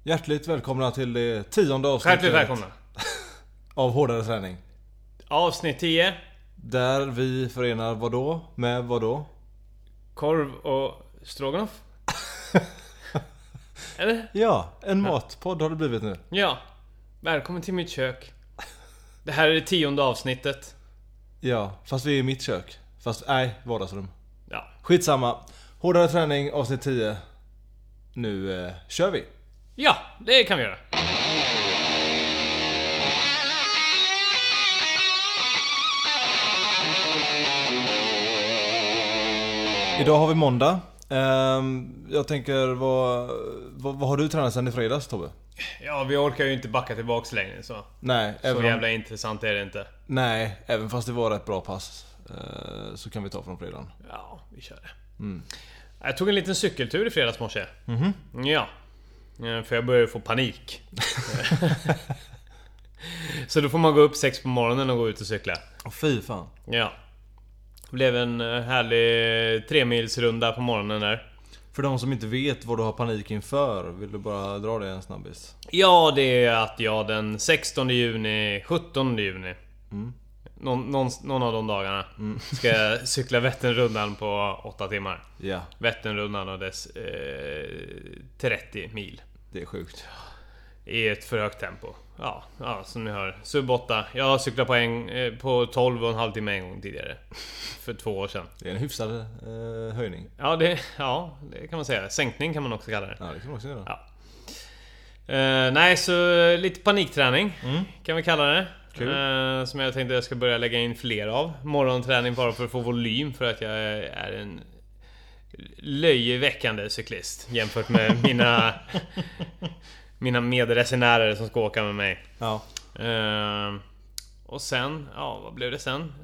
Hjärtligt välkomna till det 10:e avsnittet. Hjärtligt välkomna. Av Hårdare träning. Avsnitt 10. Där vi förenar vadå med vadå? Korv och stroganoff. Eller? Ja, en matpodd har det blivit nu. Ja. Välkommen till mitt kök. Det här är det 10:e avsnittet. Ja, fast vi är i mitt kök. Fast nej, vardagsrum. Ja. Skitsamma. Hårdare träning, avsnitt 10. Nu kör vi. Ja, det kan vi göra. Idag har vi måndag. Jag tänker, vad har du tränat sen i fredags, Tobbe? Ja, vi orkar ju inte backa tillbaks längre så. Nej, Så jävla intressant är det inte. Nej, även fast det var ett bra pass så kan vi ta från fredagen. Ja, vi kör det. Jag tog en liten cykeltur i fredags morse. Ja. För jag började få panik. Så då får man gå upp 6 på morgonen och gå ut och cykla. Fy fan. Ja. Det blev en härlig 3-milsrunda på morgonen där. För de som inte vet vad du har panik inför, vill du bara dra det en snabbis? Ja, det är att jag den 16 juni, 17 juni någon av de dagarna ska jag cykla Vätternrundan på 8 timmar. Ja, Vätternrundan och dess 30 mil. det är sjukt. I ett för högt tempo. Ja, som ni hör. Sub 8. Jag cyklade på 12,5 timmar en gång tidigare. För 2 år sedan. Det är en hyfsad höjning. Ja, det kan man säga. Sänkning kan man också kalla det. Ja, det kan man också göra. Ja. Nej, så lite panikträning kan vi kalla det. Som jag tänkte jag ska börja lägga in fler av. Morgonträning bara för att få volym. För att jag är en löjeväckande cyklist jämfört med mina medresenärer som ska åka med mig. Ja. Och sen, vad blev det sen?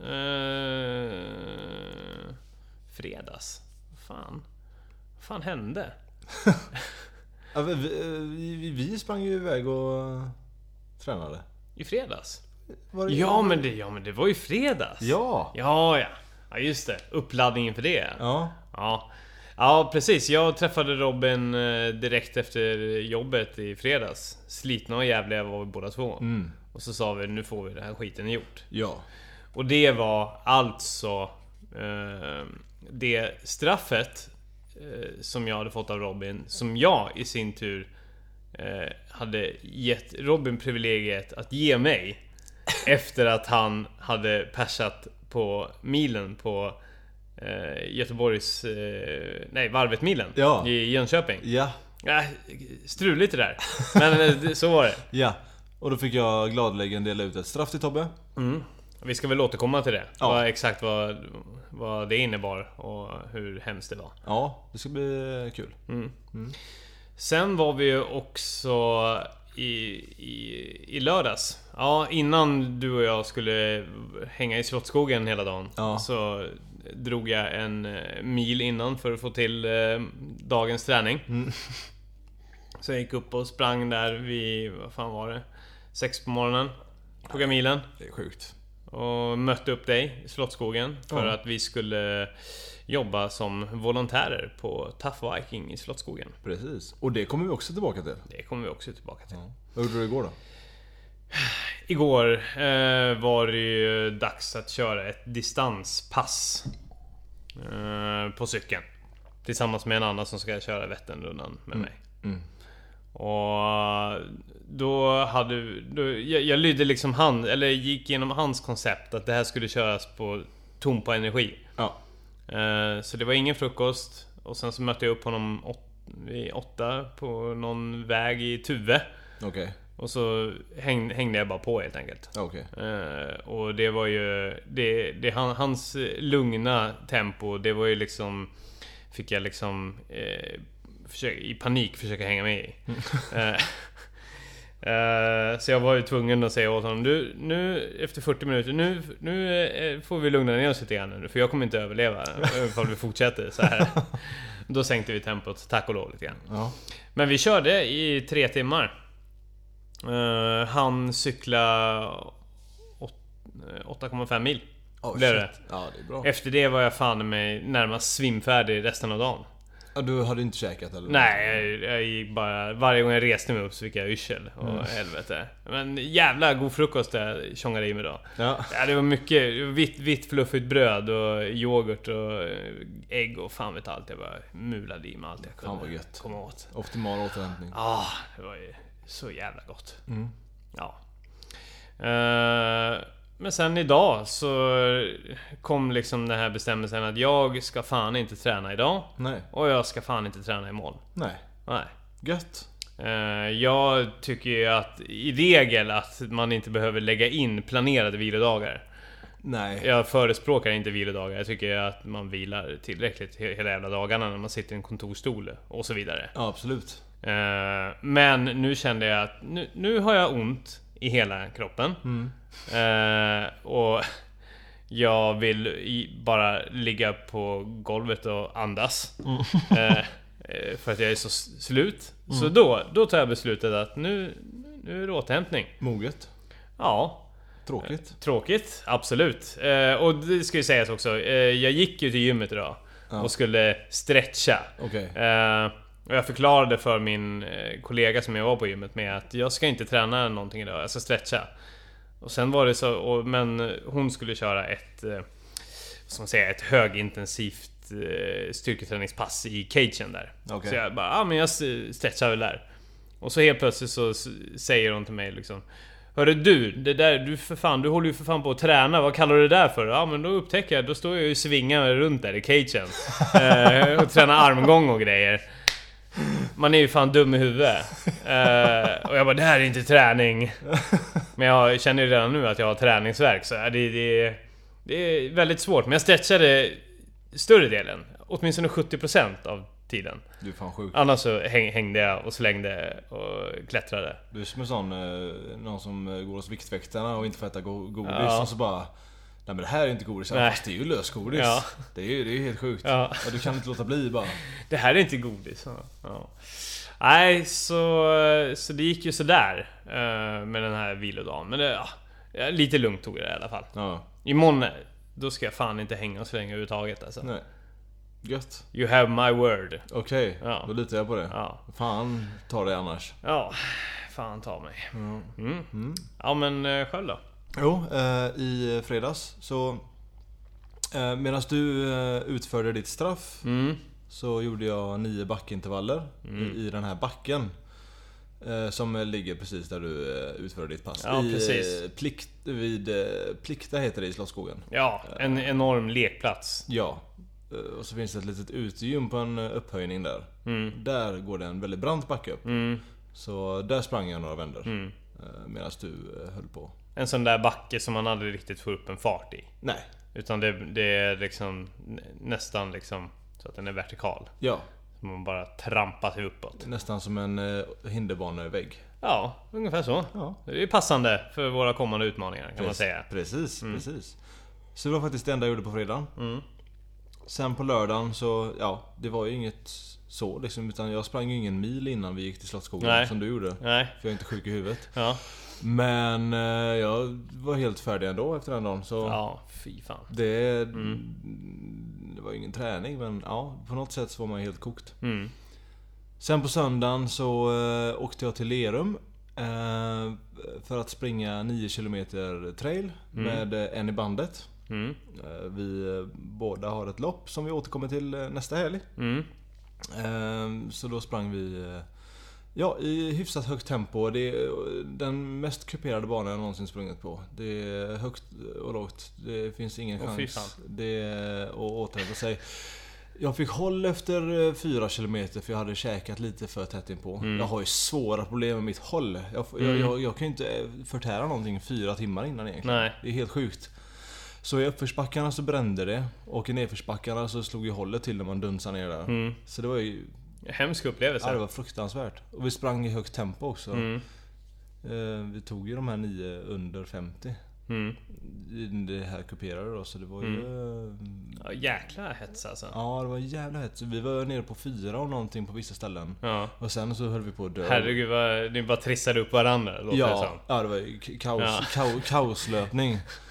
Fredags. Vad fan hände? Ja, vi sprang ju iväg och tränade. I fredags? Var det... Ja, men det var ju fredags. Ja. Ja, just det. Uppladdningen för det. Ja. Ja, precis. Jag träffade Robin direkt efter jobbet i fredags. Slitna och jävliga var vi båda två. Och så sa vi, nu får vi den här skiten gjort. Ja. Och det var alltså det straffet som jag hade fått av Robin, som jag i sin tur hade gett Robin privilegiet att ge mig efter att han hade persat på milen på Göteborgs Varvet-milen i Jönköping. Ja. Struligt det där. Men så var det. Ja. Och då fick jag gladeligen dela ut ett straff till Tobbe. Vi ska väl återkomma till det. Ja. Exakt vad det innebar och hur hemskt det var. Ja, det ska bli kul. Sen var vi ju också i lördags. Ja, innan du och jag skulle hänga i Slottsskogen hela dagen. Ja. Så drog jag en mil innan för att få till dagens träning. Så jag gick upp och sprang där vid, vad fan var det? 6 på morgonen. Tog jag milen. Det är sjukt. Och mötte upp dig i Slottsskogen för att vi skulle jobba som volontärer på Tough Viking i Slottsskogen. Precis. Och det kommer vi också tillbaka till. Det kommer vi också tillbaka till. Ja. Vad gjorde du igår då? Igår var det ju dags att köra ett distanspass på cykeln. Tillsammans med en annan som ska köra Vätternrundan med mig. Och då jag lydde liksom gick igenom hans koncept att det här skulle köras tom på energi. Ja. Så det var ingen frukost. Och sen så mötte jag upp honom vid 8 på någon väg i Tuve. Okej. Och så hängde jag bara på helt enkelt. Okej. Och det var ju hans lugna tempo. Det var ju liksom, fick jag liksom i panik försöka hänga med i. Så jag var ju tvungen att säga åt honom, du, nu efter 40 minuter nu får vi lugna ner oss lite grann nu, för jag kommer inte överleva ifall vi fortsätter så här. Då sänkte vi tempot, tack och lov lite grann. Ja. Men vi körde i 3 timmar. Han cyklade 8,5 mil. Blev det. Ja, det är bra. Efter det var jag fan mig närmast svimfärdig resten av dagen. Ja, du hade inte käkat eller? Nej, jag gick bara... Varje gång jag reste mig upp så fick jag yrsel och helvete. Men jävla god frukost jag tjongade i mig då. Ja. Ja, det var mycket vitt fluffigt bröd och yoghurt och ägg och fan vet allt. Jag bara mulade i mig allt jag kunde. Fan vad gött. Komma åt. Optimal återhämtning. Ja, det var ju så jävla gott. Ja. Men sen idag så kom liksom den här bestämmelsen att jag ska fan inte träna idag. Nej. Och jag ska fan inte träna imorgon. Nej. Nej. Gött. Jag tycker ju att i regel att man inte behöver lägga in planerade vilodagar. Nej. Jag förespråkar inte vilodagar. Jag tycker att man vilar tillräckligt hela jävla dagarna när man sitter i en kontorsstol och så vidare. Ja, absolut. Men nu kände jag att nu har jag ont i hela kroppen. Och jag vill bara ligga på golvet och andas. För att jag är så slut. Så då tar jag beslutet att nu är det återhämtning. Moget. Ja. Tråkigt, absolut. Och det ska ju sägas också. Jag gick ju till gymmet idag och skulle stretcha. Okej. Och jag förklarade för min kollega som jag var på gymmet med att jag ska inte träna någonting idag, jag ska stretcha. Och sen var det så, men hon skulle köra ett högintensivt styrketräningspass i cagen där. Okay. Så jag bara, men jag stretchar väl där. Och så helt plötsligt så säger hon till mig liksom: hörru du, det där, du håller ju för fan på att träna. Vad kallar du det där för? Ja, men då upptäcker jag, då står jag ju svingar runt där i cagen och tränar armgång och grejer. Man är ju fan dum i huvudet. Och jag bara, det här är inte träning. Men jag känner ju redan nu att jag har träningsvärk. Så det är väldigt svårt. Men jag stretchade större delen, åtminstone 70% av tiden. Du är fan sjuk. Annars så hängde jag och slängde och klättrade. Du är som en sån, någon som går hos Viktväktarna och inte får äta godis. Ja. Och så bara, nej men det här är inte godis. Nej. Fast det är ju lösgodis. Ja. Det är ju helt sjukt. Ja. Och du kan inte låta bli bara. Det här är inte godis. Ja. Nej, så det gick ju sådär med den här vilodagen. Men det, lite lugnt tog det i alla fall. Ja. Imorgon, då ska jag fan inte hänga så länge överhuvudtaget alltså. Nej. Gött. You have my word. Okej, Ja. då litar jag på det. Ja. Fan, ta det annars. Ja, fan ta mig. Ja, men själv då? Jo, i fredags så medan du utförde ditt straff så gjorde jag 9 backintervaller i den här backen som ligger precis där du utförde ditt pass. Ja, I precis. Plikta heter det i Slottsskogen. Ja, en enorm lekplats. Ja. Och så finns det ett litet utegym på en upphöjning där. Där går det en väldigt brant backe upp. Så där sprang jag några vändor medan du höll på. En sån där backe som man aldrig riktigt får upp en fart i. Nej. Utan det är liksom nästan liksom så att den är vertikal. Ja. Så man bara trampar sig uppåt. Nästan som en hinderbanevägg. Ja, ungefär så. Ja. Det är passande för våra kommande utmaningar kan man säga. Precis. Så det var faktiskt det enda jag gjorde på fredagen. Sen på lördagen så, det var ju inget så liksom, utan jag sprang ju ingen mil innan vi gick till Slottsskogen som du gjorde. Nej. För jag är inte sjuk i huvudet. Ja. Men jag var helt färdig ändå efter den dagen. Så Ja, fy fan. det var ingen träning, men på något sätt så var man helt kokt. Sen på söndagen så åkte jag till Lerum för att springa 9 km trail med en i bandet. Vi båda har ett lopp som vi återkommer till nästa helg. Så då sprang vi i hyfsat högt tempo. Det är den mest kuperade banan jag någonsin sprungit på. Det är högt och lågt. Det finns ingen chans att återhämta sig. Jag fick håll efter 4 kilometer för jag hade käkat lite för tätt inpå. Jag har ju svåra problem med mitt håll. Jag kan ju inte förtära någonting 4 timmar innan egentligen. Nej. Det är helt sjukt. Så i uppförsbackarna så brände det. Och i nedförsbackarna så slog ju hållet till när man dunsade ner där. Så det var ju hemsk upplevelse. Ja, det var fruktansvärt. Och vi sprang i högt tempo också. Vi tog ju de här 9 under 50 det här kuperade då. Så det var ju jäkla hets alltså. Ja, det var jävla hets. Vi var nere på 4 och någonting på vissa ställen. Och sen så höll vi på att dö. Herregud, ni bara trissade upp varandra, låter det som. Ja, det var kaoslöpning.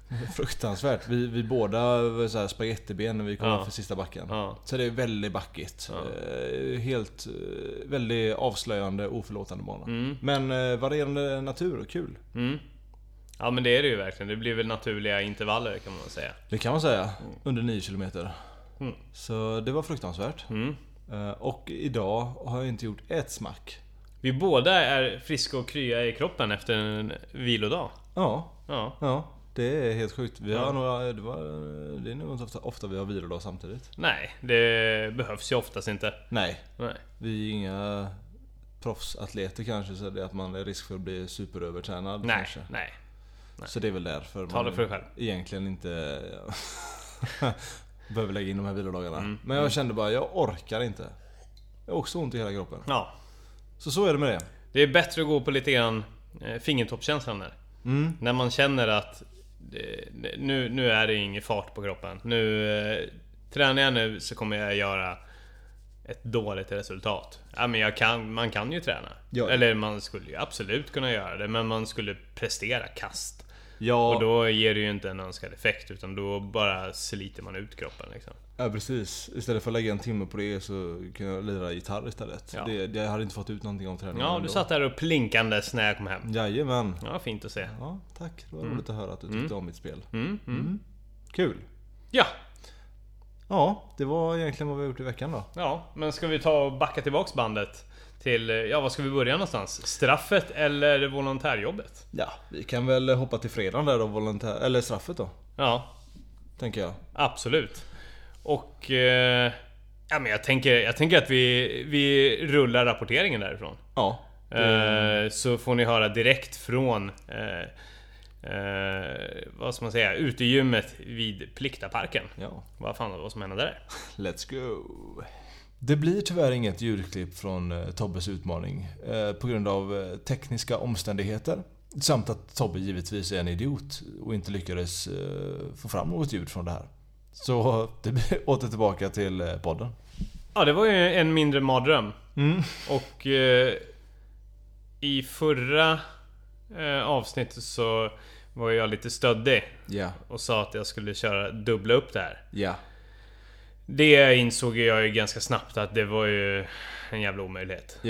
Fruktansvärt. Vi båda var så här spagettiben när vi kom för sista backen. Ja. Så det är väldigt backigt. Helt väldigt avslöjande, oförlåtande bana. Men varierande natur, kul. Ja, men det är det ju verkligen. Det blir väl naturliga intervaller, kan man säga. Det kan man säga. Under 9 kilometer. Så det var fruktansvärt. Och idag har jag inte gjort ett smack. Vi båda är friska och krya i kroppen efter en vilodag. Ja. Det är helt sjukt. Vi har det är nog inte ofta vi har vilodag samtidigt. Nej, det behövs ju oftast inte. Nej. Vi är inga proffsatleter kanske, så det är att man är risk för att bli superövertränad. Nej. Så det är väl därför Ta det för dig själv. Egentligen inte behöver lägga in de här vilodagarna. Men jag kände bara, jag orkar inte. Jag har också ont i hela kroppen. Ja. Så är det med det. Det är bättre att gå på lite grann fingertoppskänslan där. När man känner att nu är det ingen fart på kroppen. Nu tränar jag nu så kommer jag göra ett dåligt resultat. Ja, men man kan ju träna. Ja. Eller man skulle ju absolut kunna göra det, men man skulle prestera kast. Ja. Och då ger det ju inte en önskad effekt, utan då bara sliter man ut kroppen liksom. Ja, precis. Istället för att lägga en timme på det så kan jag lira gitarr istället. Ja. Jag hade inte fått ut någonting av träningen. Ja, du satt där och plinkandes när jag kom hem. Jajamän. Ja, fint att se. Ja, tack. Det var roligt att höra att du tyckte om mitt spel. Kul. Ja. Ja, det var egentligen vad vi har gjort i veckan då. Ja, men ska vi ta och backa tillbaks bandet till, vad ska vi börja någonstans? Straffet eller volontärjobbet? Ja, vi kan väl hoppa till fredagen där då, eller straffet då. Ja. Tänker jag. Absolut. Och men jag tänker att vi rullar rapporteringen därifrån. Ja. Så får ni höra direkt från vad ska man säga, utegymmet vid Pliktaparken. Ja. Vad som händer där? Let's go. Det blir tyvärr inget ljudklipp från Tobbes utmaning på grund av tekniska omständigheter. Samt att Tobbe givetvis är en idiot och inte lyckades få fram något ljud från det här. Så det blir åter tillbaka till podden. Ja, det var ju en mindre mardröm. Och i förra avsnittet så var jag lite stöddig. Och sa att jag skulle dubbla upp det här. Det insåg jag ju ganska snabbt att det var ju en jävla omöjlighet.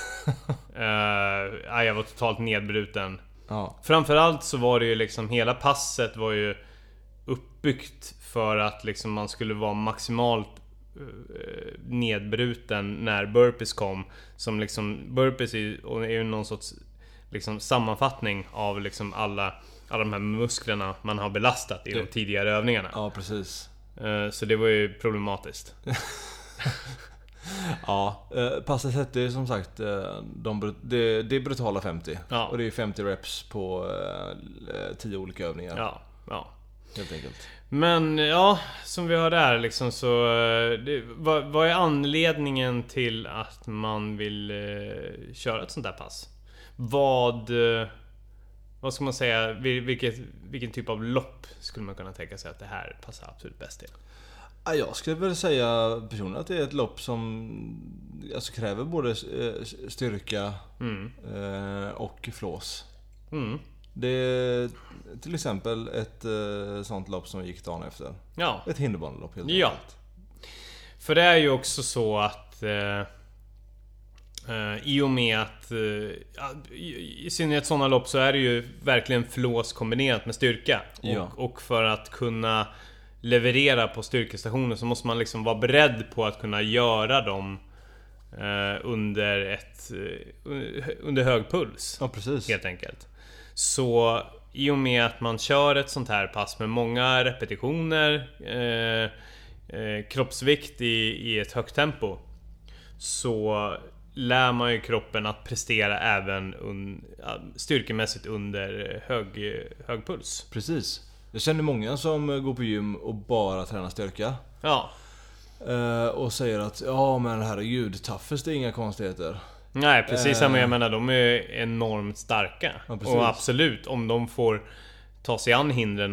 Jag var totalt nedbruten. Framförallt så var det ju liksom, hela passet var ju uppbyggt för att liksom man skulle vara maximalt nedbruten när burpees kom. Som liksom, burpees är ju någon sorts liksom sammanfattning av liksom alla de här musklerna man har belastat i de tidigare övningarna. Ja, precis. Så det var ju problematiskt. Ja, passet hette ju som sagt det är brutala 50. Och det är 50 reps på 10 olika övningar. Ja. Helt enkelt. Men som vi har där liksom, så vad är anledningen till att man vill köra ett sånt där pass? Vad ska man säga, vilken typ av lopp skulle man kunna tänka sig att det här passar absolut bäst till? Jag skulle väl säga personligen att det är ett lopp som alltså kräver både styrka och flås. Det är till exempel ett sånt lopp som gick dagen efter. Ett hinderbanelopp helt enkelt. För det är ju också så att i och med att i synnerhet sådana lopp så är det ju verkligen flås kombinerat med styrka. Och för att kunna leverera på styrkestationer så måste man liksom vara beredd på att kunna göra dem under hög puls. Ja, precis. Helt enkelt. Så i och med att man kör ett sånt här pass med många repetitioner, kroppsvikt i ett högt tempo, så lär man ju kroppen att prestera även styrkemässigt under hög puls. Precis. Jag känner många som går på gym och bara tränar styrka. Och säger att men herregud, toughest är inga konstigheter. Nej, precis. Men jag menar, de är enormt starka. Och absolut, om de får ta sig an hindren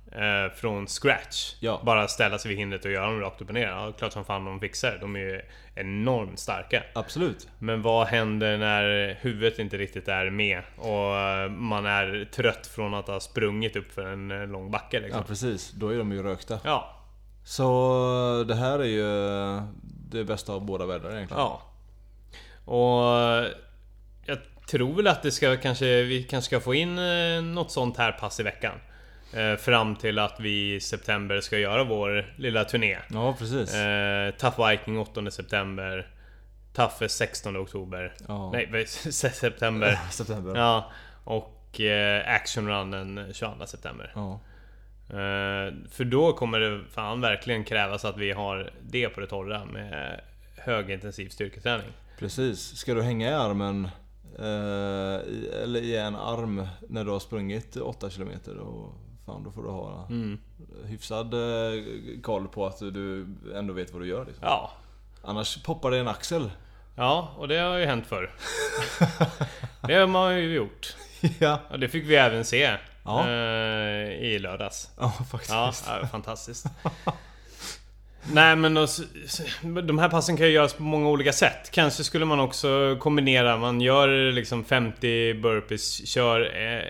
från scratch. Ja. Bara ställa sig vid hindret och göra dem rakt upp och ner. Ja, klart som fan de fixar. De är ju enormt starka. Absolut. Men vad händer när huvudet inte riktigt är med och man är trött från att ha sprungit upp för en lång backe liksom? Ja, precis. Då är de ju rökta. Ja. Så det här är ju det bästa av båda världar egentligen. Ja. Och jag tror väl att vi kanske ska få in något sånt här pass i veckan. Fram till att vi i september ska göra vår lilla turné. Ja, precis. Tough Viking 8 september. Tough 16 oktober. Ja. Nej, september. September. Ja. Och Action Run den 22 september. Ja. För då kommer det fan verkligen krävas att vi har det på det torra med högintensiv styrketräning. Precis. Ska du hänga i armen eller i en arm när du har sprungit 8 kilometer, då får du ha hyfsad koll på att du ändå vet vad du gör liksom. Ja. Annars poppar det en axel. Ja, och det har ju hänt förr. Det har man ju gjort. Ja. Och det fick vi även se i lördags. Ja, faktiskt. Ja, fantastiskt. Nej, men de här passen kan ju göras på många olika sätt. Kanske skulle man också kombinera. Man gör liksom 50 burpees, kör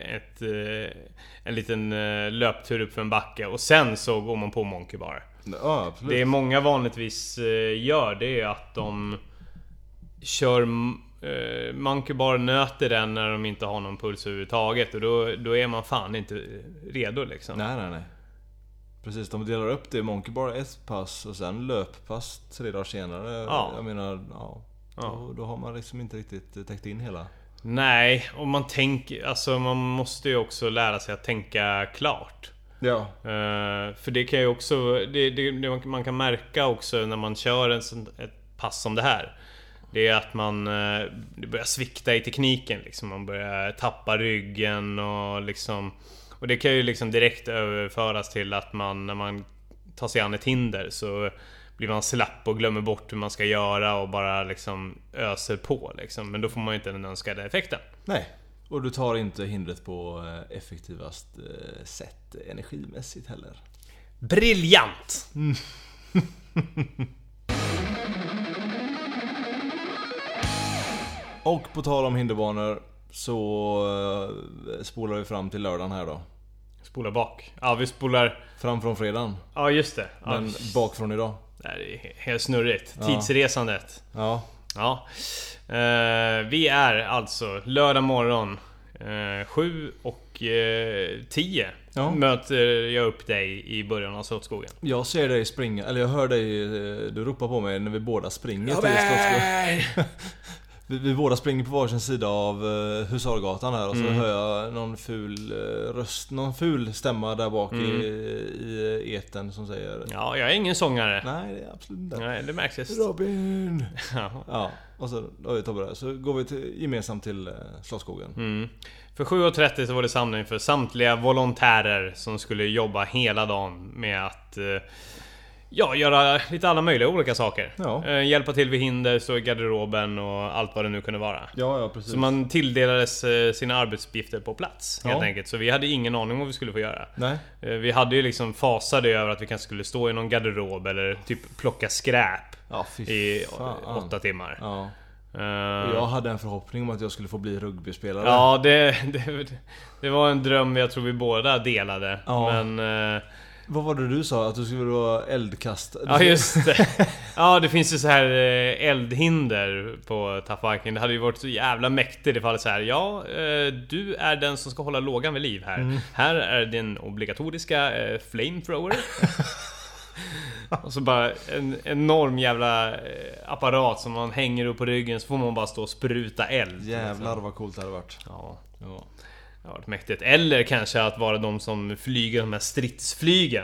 en liten löptur upp för en backe och sen så går man på monkey bar. Ja, absolut. Det många vanligtvis gör, det är att de kör monkey bar, nöter den när de inte har någon puls överhuvudtaget. Och då är man fan inte redo liksom. Nej. Precis, de delar upp det i monkey bar ett pass och sen löppass 3 dagar senare. Ja. Jag menar, då har man liksom inte riktigt täckt in hela. Nej, och man måste ju också lära sig att tänka klart. Ja. För det kan ju också man kan märka också när man kör ett pass som det här. Det är att det börjar svikta i tekniken liksom. Man börjar tappa ryggen och liksom. Och det kan ju liksom direkt överföras till att när man tar sig an ett hinder så blir man slapp och glömmer bort hur man ska göra och bara liksom öser på liksom. Men då får man ju inte den önskade effekten. Nej, och du tar inte hindret på effektivast sätt energimässigt heller. Briljant! Och på tal om hinderbanor så spolar vi fram till lördagen här då. Spolar bak. Ja, vi spolar fram från fredagen. Ja, just det. Men bak från idag. Det är helt snurrigt. Tidsresandet. Ja. Vi är alltså lördag morgon 7 och 10 möter jag upp dig i början av Slottsskogen. Jag ser dig springa, eller jag hör dig, du ropar på mig när vi båda springer till Slottsskogen. Vi båda springer på varsin sida av Husargatan här och så hör jag någon ful röst, någon ful stämma där bak i eten som säger: ja, jag är ingen sångare. Nej, det är absolut inte. Nej, det märks just. Robin! Ja, och så så går vi gemensamt till Slottsskogen. För 7:30 så var det samling för samtliga volontärer som skulle jobba hela dagen med att göra lite alla möjliga olika saker. Hjälpa till vid hinder, stå i garderoben och allt vad det nu kunde vara. Ja, precis. Så man tilldelades sina arbetsuppgifter på plats helt enkelt. Så vi hade ingen aning om vad vi skulle få göra. Nej. Vi hade ju liksom fasade över att vi kanske skulle stå i någon garderob eller typ plocka skräp i 8 timmar. Ja. Och jag hade en förhoppning om att jag skulle få bli rugbyspelare. Ja, det var en dröm jag tror vi båda delade. Men vad var det du sa? Att du skulle vara eldkastare? Ja, just det. Ja, det finns ju så här eldhinder på Tough Viking. Det hade ju varit så jävla mäktigt ifall det så här: ja, du är den som ska hålla lågan vid liv här. Här är den obligatoriska flamethrower. Och så bara en enorm jävla apparat som man hänger upp på ryggen, så får man bara stå och spruta eld. Jävlar vad coolt det hade varit. Ja. Det har varit mäktigt. Eller kanske att vara de som flyger de här stridsflygen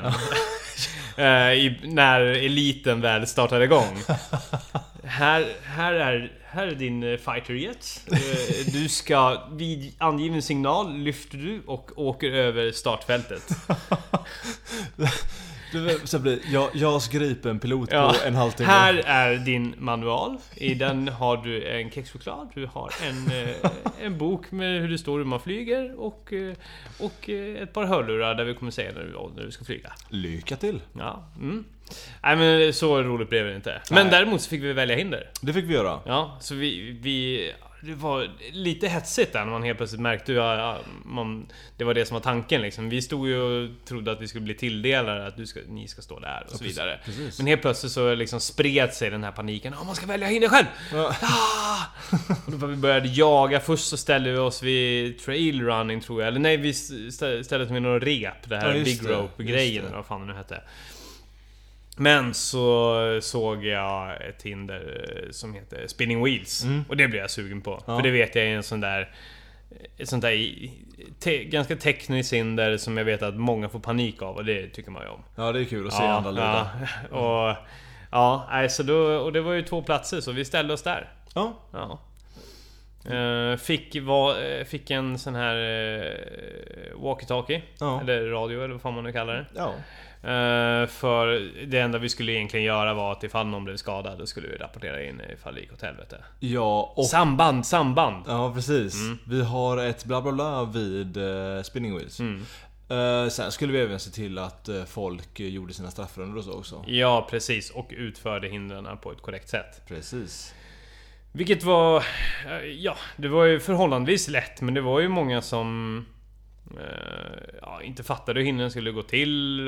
när eliten väl startar igång. Här är din fighterjet. Du ska vid angiven signal lyfter du och åker över startfältet. Så blir JAS Gripen pilot på en halvtimme. Här är din manual. I den har du en kexchoklad. Du har en bok med hur det står hur man flyger. Och ett par hörlurar där vi kommer säga när du ska flyga. Lycka till. Ja. Nej, men så roligt blev det inte. Men däremot så fick vi välja hinder. Det fick vi göra. Ja, så vi det var lite hetsigt där när man helt plötsligt märkte det var det som var tanken liksom. Vi stod ju och trodde att vi skulle bli tilldelade, att ni ska stå där och så vidare. Precis. Men helt plötsligt så liksom spred sig den här paniken. Man ska välja hinder själv! Ja. Och då vi började jaga. Först så ställde vi oss vid trail running, tror jag. Eller nej, vi ställde oss med några rep. Det här big rope-grejen, vad fan det nu hette. Men så såg jag ett hinder som heter Spinning Wheels. Och det blev jag sugen på. För det vet jag är ett sånt där ganska tekniskt hinder som jag vet att många får panik av. Och det tycker man ju om. Ja, det är kul att se andra lida. Och det var ju 2 platser, så vi ställde oss där. Ja. Fick en sån här walkie-talkie. Eller radio, eller vad fan man nu kallar det. Ja. För det enda vi skulle egentligen göra var att ifall någon blev skadad, då skulle vi rapportera in ifall det gick åt helvete. Ja, och samband. Ja, precis. Vi har ett bla bla bla vid Spinning Wheels. Sen skulle vi även se till att folk gjorde sina straffrundor och så också. Ja, precis. Och utförde hindren på ett korrekt sätt. Precis. Vilket var... det var ju förhållandevis lätt. Men det var ju många som... inte fattade hur hindren skulle gå till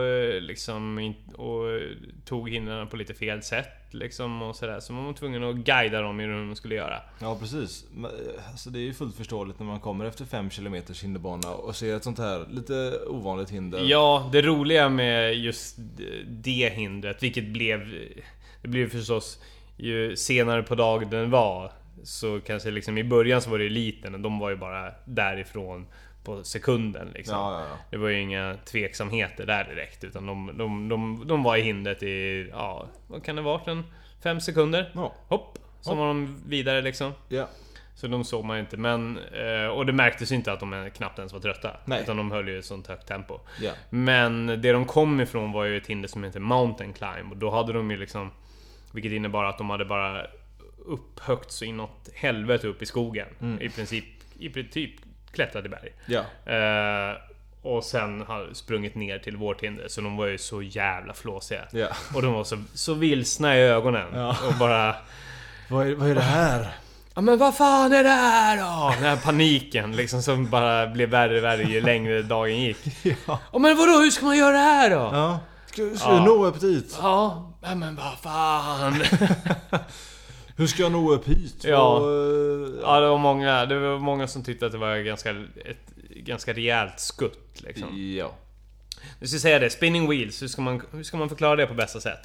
och tog hindren på lite fel sätt liksom, och sådär. Så man var tvungen att guida dem i hur de skulle göra. Ja, precis. Alltså, det är ju fullt förståeligt när man kommer efter 5 kilometers hinderbana och ser ett sånt här lite ovanligt hinder. Ja, det roliga med just det hindret, vilket det blev förstås ju senare på dagen den var, så kanske liksom i början så var det eliten och de var ju bara därifrån på sekunden liksom. Ja. Det var ju inga tveksamheter där direkt, utan de var i hindret i vad kan det vara, 5 sekunder. Hopp, så var de vidare liksom. Ja. Så de såg man inte, men och det märktes inte att de knappt ens var trötta. Nej. Utan de höll ju ett sånt högt tempo. Ja. Men det de kom ifrån var ju ett hinder som heter Mountain Climb, och då hade de ju liksom, vilket innebar att de hade bara upphögt så inåt helvete upp i skogen. I princip klättrat i berg. Ja. Och sen har sprungit ner till vårt hinder. Så de var ju så jävla flåsiga. Ja. Och de var så vilsna i ögonen. Ja. Och bara... Vad är det här? Ja, men vad fan är det här då? Den här paniken liksom, som bara blev värre och värre ju längre dagen gick. Ja. Men vadå, hur ska man göra det här då? Ja. Ska du nå upp dit? Ja, men vad fan. Hur ska jag nå upp hit? Ja, det var många som tyckte att det var ett ganska rejält skutt liksom. Ja. Du ska säga det, Spinning Wheels, hur ska man förklara det på bästa sätt?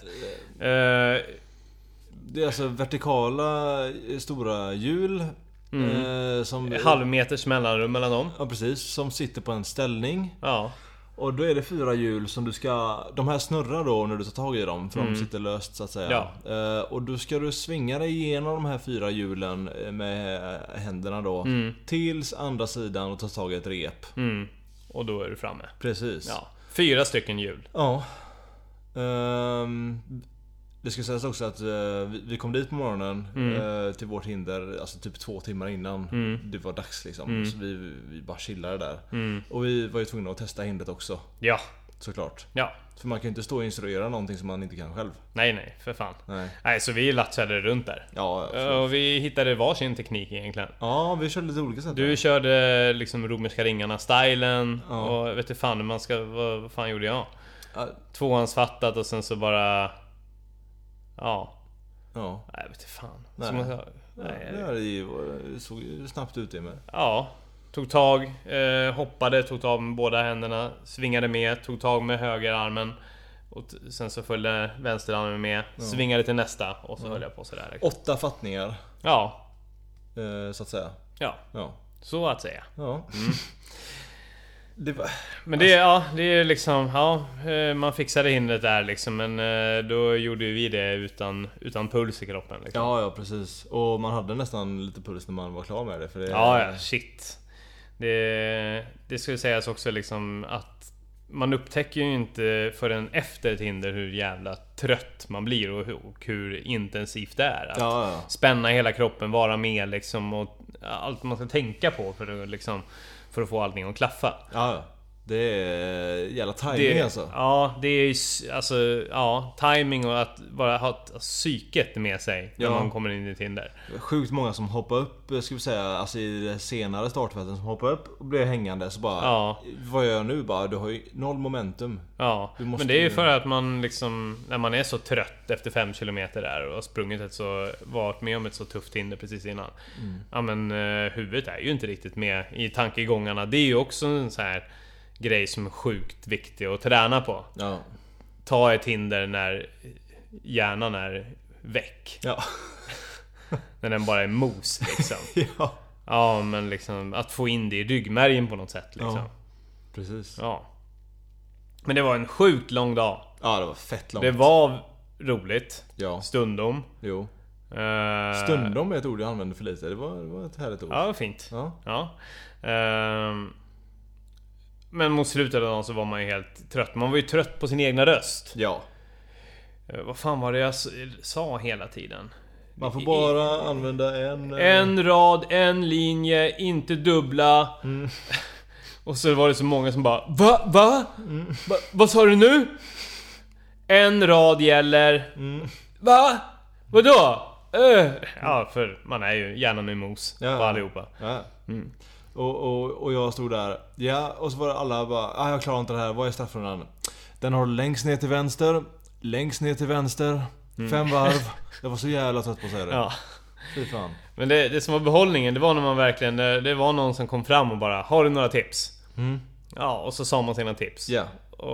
Det är alltså vertikala stora hjul som halvmeters mellanrum mellan dem. Ja, precis, som sitter på en ställning. Ja. Och då är det 4 hjul som de här snurrar då när du tar tag i dem, för de sitter löst så att säga. Ja. Och då ska du svinga dig igenom de här 4 hjulen med händerna då tills andra sidan och ta tag i ett rep. Och då är du framme. Precis. Ja. 4 stycken hjul. Ja. Det ska sägas också att vi kom dit på morgonen till vårt hinder, alltså typ 2 timmar innan det var dags liksom. Så vi bara chillade där. Och vi var ju tvungna att testa hindret också. Ja. Såklart. Ja. För man kan ju inte stå och instruera någonting som man inte kan själv. Nej, för fan. Nej, så vi latchade runt där. Ja, och vi hittade varsin teknik egentligen. Ja, vi körde lite olika sätt. Du körde liksom romerska ringarna-stylen. Ja. Och vet du fan, vad fan gjorde jag? Tvåhandsfattat och sen så bara... Ja. Nej, jag vet inte fan. Det såg ju snabbt ut det med. Ja. Tog tag, hoppade, tog tag med båda händerna, svingade med, tog tag med högerarmen. Och sen så följde vänsterarmen med, svingade till nästa. Och så höll jag på sådär. 8 fattningar. Ja. Så att säga. Ja. Så att säga. Ja. Men det är liksom, man fixade hindret där liksom, men då gjorde vi det utan puls i kroppen liksom. Ja, precis. Och man hade nästan lite puls när man var klar med det, för det... Ja, shit. Det skulle sägas också liksom att man upptäcker ju inte förrän efter ett hinder hur jävla trött man blir och hur intensivt det är att spänna hela kroppen, vara med liksom, och allt man ska tänka på för att få allting att klaffa. Ja. Det är jävla timing alltså. Ja, det är alltså timing och att bara ha psyket med sig när man kommer in i ett hinder. Sjukt många som hoppar upp, ska vi säga, alltså i det senare startfälten, som hoppar upp och blir hängande så bara vad gör jag nu? Bara, du har ju noll momentum. Ja, men det är ju för att man liksom, när man är så trött efter 5 kilometer där och har sprungit varit med om ett så tufft hinder precis innan. Ja, men huvudet är ju inte riktigt med i tankegångarna. Det är ju också en så här grej som är sjukt viktig att träna på. Ja. Ta ett hinder när hjärnan är väck. Ja. När den bara är mos liksom. Ja. Ja, men liksom att få in det i ryggmärgen på något sätt liksom. Ja. Precis. Ja. Men det var en sjukt lång dag. Ja, det var fett långt. Det var roligt. Ja. Stundom. Jo. Stundom är ett ord jag använder för lite. Det var ett härligt ord. Ja, fint. Ja. Men mot slutet av dagen så var man ju helt trött. Man var ju trött på sin egna röst. Ja. Vad fan var det jag sa hela tiden? Man får bara använda en rad, en linje, inte dubbla. Och så var det så många som bara Va? Vad sa du nu? En rad gäller. Va? Vadå? Ja, för man är ju gärna med mos på allihopa. Ja. Och jag stod där. Ja, och så var det alla bara, jag klarar inte det här. Vad är straffrundan? Den har längst ner till vänster. Längst ner till vänster. 5 varv. Jag var så jävla trött på att säga det. Ja. Fy fan. Men det som var behållningen, det var när man verkligen, det var någon som kom fram och bara, har du några tips? Ja, och så sa man sina tips. Ja.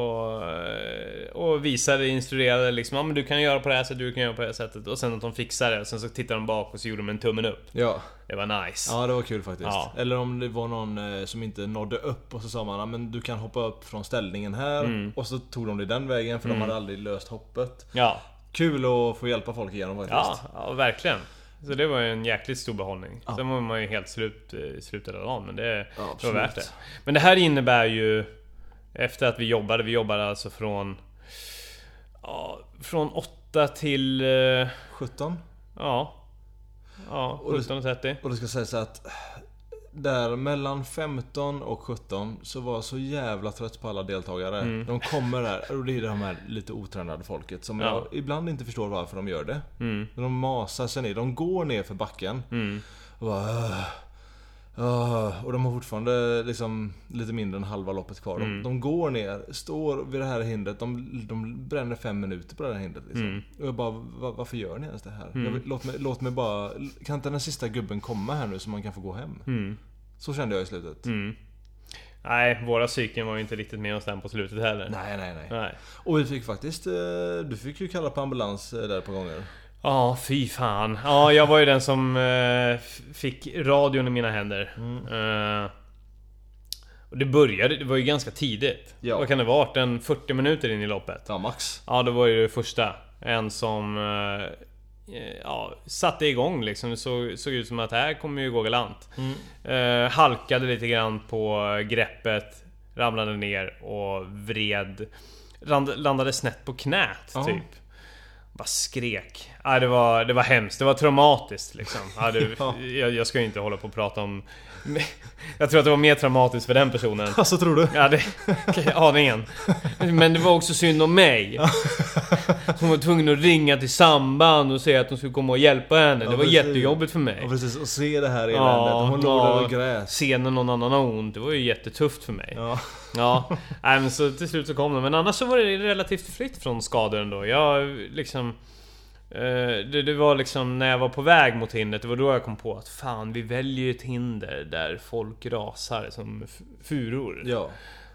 Och visade, instruerade liksom, ja men du kan göra på det här sättet, du kan göra på det här sättet. Och sen att de fixade det, och sen så tittade de bak och så gjorde de en tummen upp. Ja. Det var nice. Ja, det var kul faktiskt. Ja. Eller om det var någon som inte nådde upp, och så sa man, ja, men du kan hoppa upp från ställningen här. Och så tog de det den vägen, för de hade aldrig löst hoppet. Ja. Kul att få hjälpa folk igenom faktiskt. Ja, verkligen. Så det var ju en jäkligt stor behållning. Sen var man ju helt slutet av dagen, men det var värt det. Men det här innebär ju, efter att vi jobbade alltså från 8 till 17. Ja, 17:30. Och det ska sägas att där mellan 15 och 17 så var jag så jävla trött på alla deltagare. De kommer där, och det är de här lite otränade folket som jag ibland inte förstår varför de gör det. De masar sig ner, de går ner för backen och bara och de har fortfarande liksom lite mindre än halva loppet kvar. De går ner, står vid det här hindret. De bränner 5 minuter på det här hindret liksom. Och jag bara, varför gör ni ens det här? Låt mig bara, kan inte den sista gubben komma här nu så man kan få gå hem? Så kände jag i slutet. Nej, våra psyken var ju inte riktigt med oss den på slutet heller. Nej. Och vi fick faktiskt, du fick ju kalla på ambulans där på gånger. Ja, fy fan. Ja, jag var ju den som fick radion i mina händer. Och det var ju ganska tidigt. Ja. Vad kan det vara? En 40 minuter in i loppet. Ja, max. Ja, det var ju det första. En som satte igång liksom. Det såg ut som att här kommer ju gå galant. Halkade lite grann på greppet, ramlade ner och landade snett på knät typ. Bara skrek. Ja, det var hemskt. Det var traumatiskt liksom. Jag ska ju inte hålla på och prata om. Jag tror att det var mer traumatiskt för den personen. Alltså, tror du? Ja, aningen. Men det var också synd om mig. Hon var tvungen att ringa till samband och säga att de skulle komma och hjälpa henne. Det var jättejobbigt för mig. Ja, precis. Och se det här eländet. Hon låg där och grät. Se när någon annan har ont. Det var ju jättetufft för mig. Ja. Nej, men så till slut så kom det. Men annars så var det relativt fritt från skador ändå. Jag liksom det var liksom när jag var på väg mot hindret. Det var då jag kom på att fan, vi väljer ett hinder där folk rasar som furor. Ja.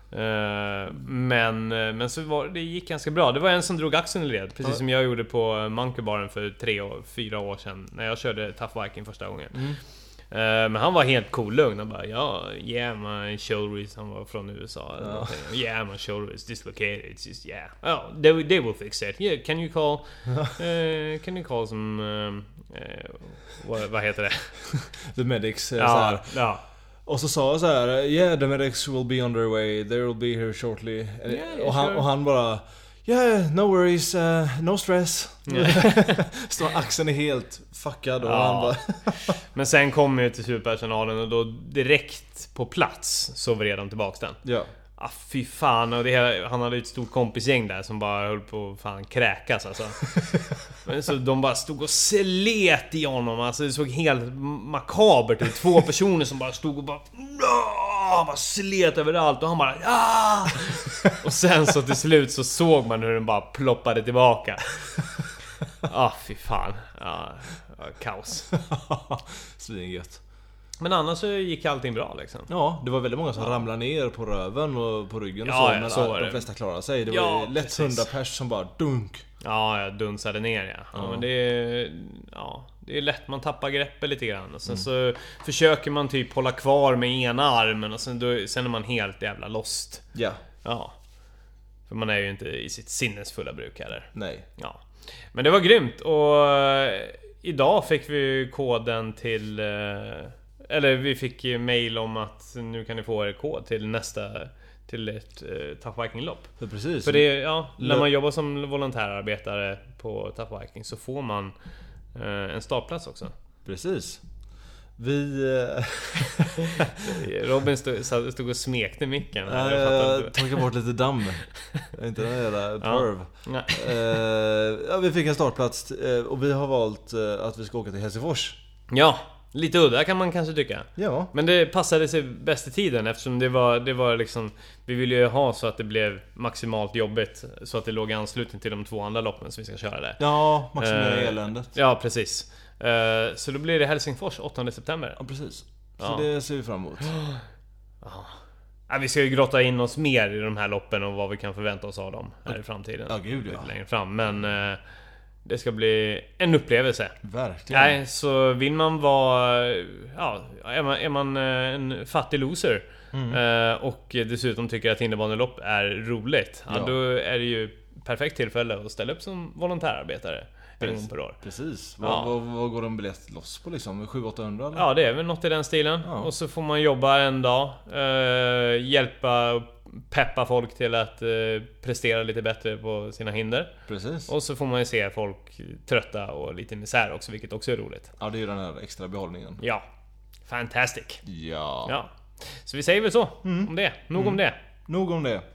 Men så det gick ganska bra. Det var en som drog axeln i led, precis som jag gjorde på Monkeybaren för 3-4 år sedan när jag körde Tough Viking första gången. Men han var helt cool, lugn. Han bara, yeah, my shoulder is, han var från USA. Yeah, my shoulder is dislocated. It's just, they will fix it. Yeah, can you call some vad heter det? The medics. Ja. Och så sa jag så här: yeah, the medics will be on their way, they will be here shortly. Yeah, och han bara: yeah, no worries, no stress. Så axeln är helt fuckad och han bara Men sen kom ju till superpersonalen och då direkt på plats så vred de tillbaks den. Ja. Ah, fy fan, och han hade ett stort kompisgäng där som bara höll på att fan kräkas alltså. Men så de bara stod och slet i honom. Alltså det såg helt makabert ut. 2 personer som bara stod och bara slet överallt. Och han bara ja! Och sen så till slut så såg man hur den bara ploppade tillbaka. Fy fan. Kaos. Svingött. Men annars så gick allting bra liksom. Ja, det var väldigt många som ramlade ner på röven och på ryggen och Ja, så. ja, Men så var de det. flesta klarade sig. Det var ju lätt precis. 100 pers som bara dunk. Ja, jag dunsade ner ja. Men det är lätt, man tappar greppet lite grann. Och sen så försöker man typ hålla kvar med ena armen. Och sen är man helt jävla lost. Ja. Ja. För man är ju inte i sitt sinnesfulla bruk heller. Nej. Ja. Men det var grymt. Och idag fick vi koden till... Eller vi fick mail om att nu kan ni få er kod till till ett Tough Viking-lopp. Precis. För det, när man jobbar som volontärarbetare på Tough Viking så får man en startplats också. Precis. Robin stod och smekte micken. Jag tog bort lite damm. Inte den jävla perv. Vi fick en startplats och vi har valt att vi ska åka till Helsingfors. Ja, lite udda kan man kanske tycka. Ja. Men det passade sig bäst i tiden eftersom det var liksom, vi ville ju ha så att det blev maximalt jobbigt så att det låg i anslutning till de 2 andra loppen som vi ska köra där. Ja, maximera eländet. Ja, precis. Så då blir det Helsingfors 8 september. Ja, precis. Så det ser vi fram emot. Ja, vi ska ju grotta in oss mer i de här loppen och vad vi kan förvänta oss av dem här i framtiden. Ja, gud ja. Lite längre fram, men det ska bli en upplevelse. Verkligen. Nej, så vill man vara... Ja, är man en fattig loser och dessutom tycker att hinderbanelopp är roligt, då är det ju perfekt tillfälle att ställa upp som volontärarbetare en gång per år. Precis. Vad går en biljett loss på liksom? 700-800 eller? Ja, det är väl något i den stilen. Och så får man jobba en dag, hjälpa, peppa folk till att prestera lite bättre på sina hinder. Precis. Och så får man ju se folk trötta och lite misär också, vilket också är roligt. Ja, det är ju den här extra behållningen. Ja, fantastic. Ja. Så vi säger väl så om det. Nog om det. Nog om det.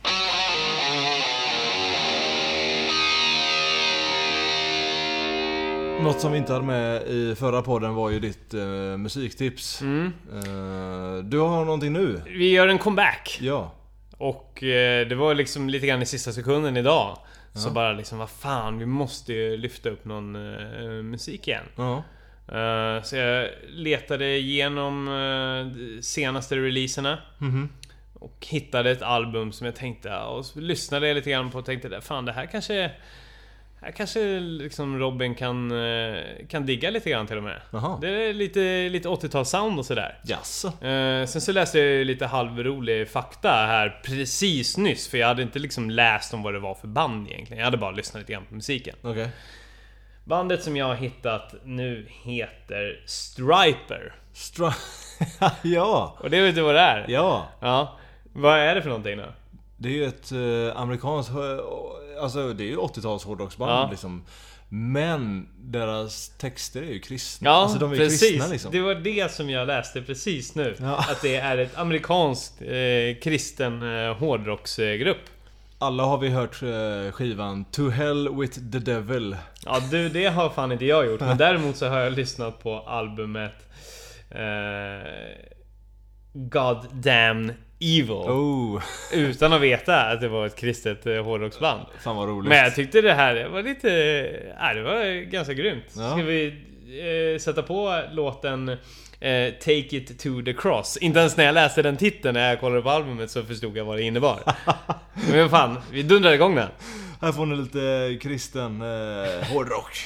Något som vi inte hade med i förra podden var ju ditt musiktips. Du har någonting nu. Vi gör en comeback. Ja. Och det var liksom lite grann i sista sekunden idag. Så bara liksom, vad fan, vi måste ju lyfta upp någon musik igen. Ja. Så jag letade igenom senaste releaserna. Och hittade ett album som jag tänkte, och så lyssnade jag lite grann på och tänkte, fan, det här kanske liksom Robin kan digga lite grann till och med. Aha. Det är lite 80-tals sound och sådär. Jaså. Sen så läste jag lite halvrolig fakta här precis nyss, för jag hade inte liksom läst om vad det var för band egentligen. Jag hade bara lyssnat lite grann på musiken. Okej. Bandet som jag har hittat nu heter Stryper. Ja. Och det vet du vad det är? Ja. Vad är det för någonting då? Det är ju ett amerikanskt... Alltså det är ju 80-tals hårdrocksband liksom. Men deras texter är ju kristna. Ja, alltså de är precis. kristna liksom. Det var det som jag läste precis nu. Att det är ett amerikanskt kristen hårdrocksgrupp. Alla har vi hört skivan To Hell With The Devil. Ja, det har fan inte jag gjort. Men däremot så har jag lyssnat på albumet God Damn Evil. Utan att veta att det var ett kristet hårdrocksband. Fan vad roligt. Men jag tyckte det här var lite... det var ganska grymt. Ska vi sätta på låten Take It To The Cross? Inte ens när jag läste den titeln när jag kollade på albumet så förstod jag vad det innebar. Men fan, vi dundrar igång den. Här får ni lite kristen hårdrock.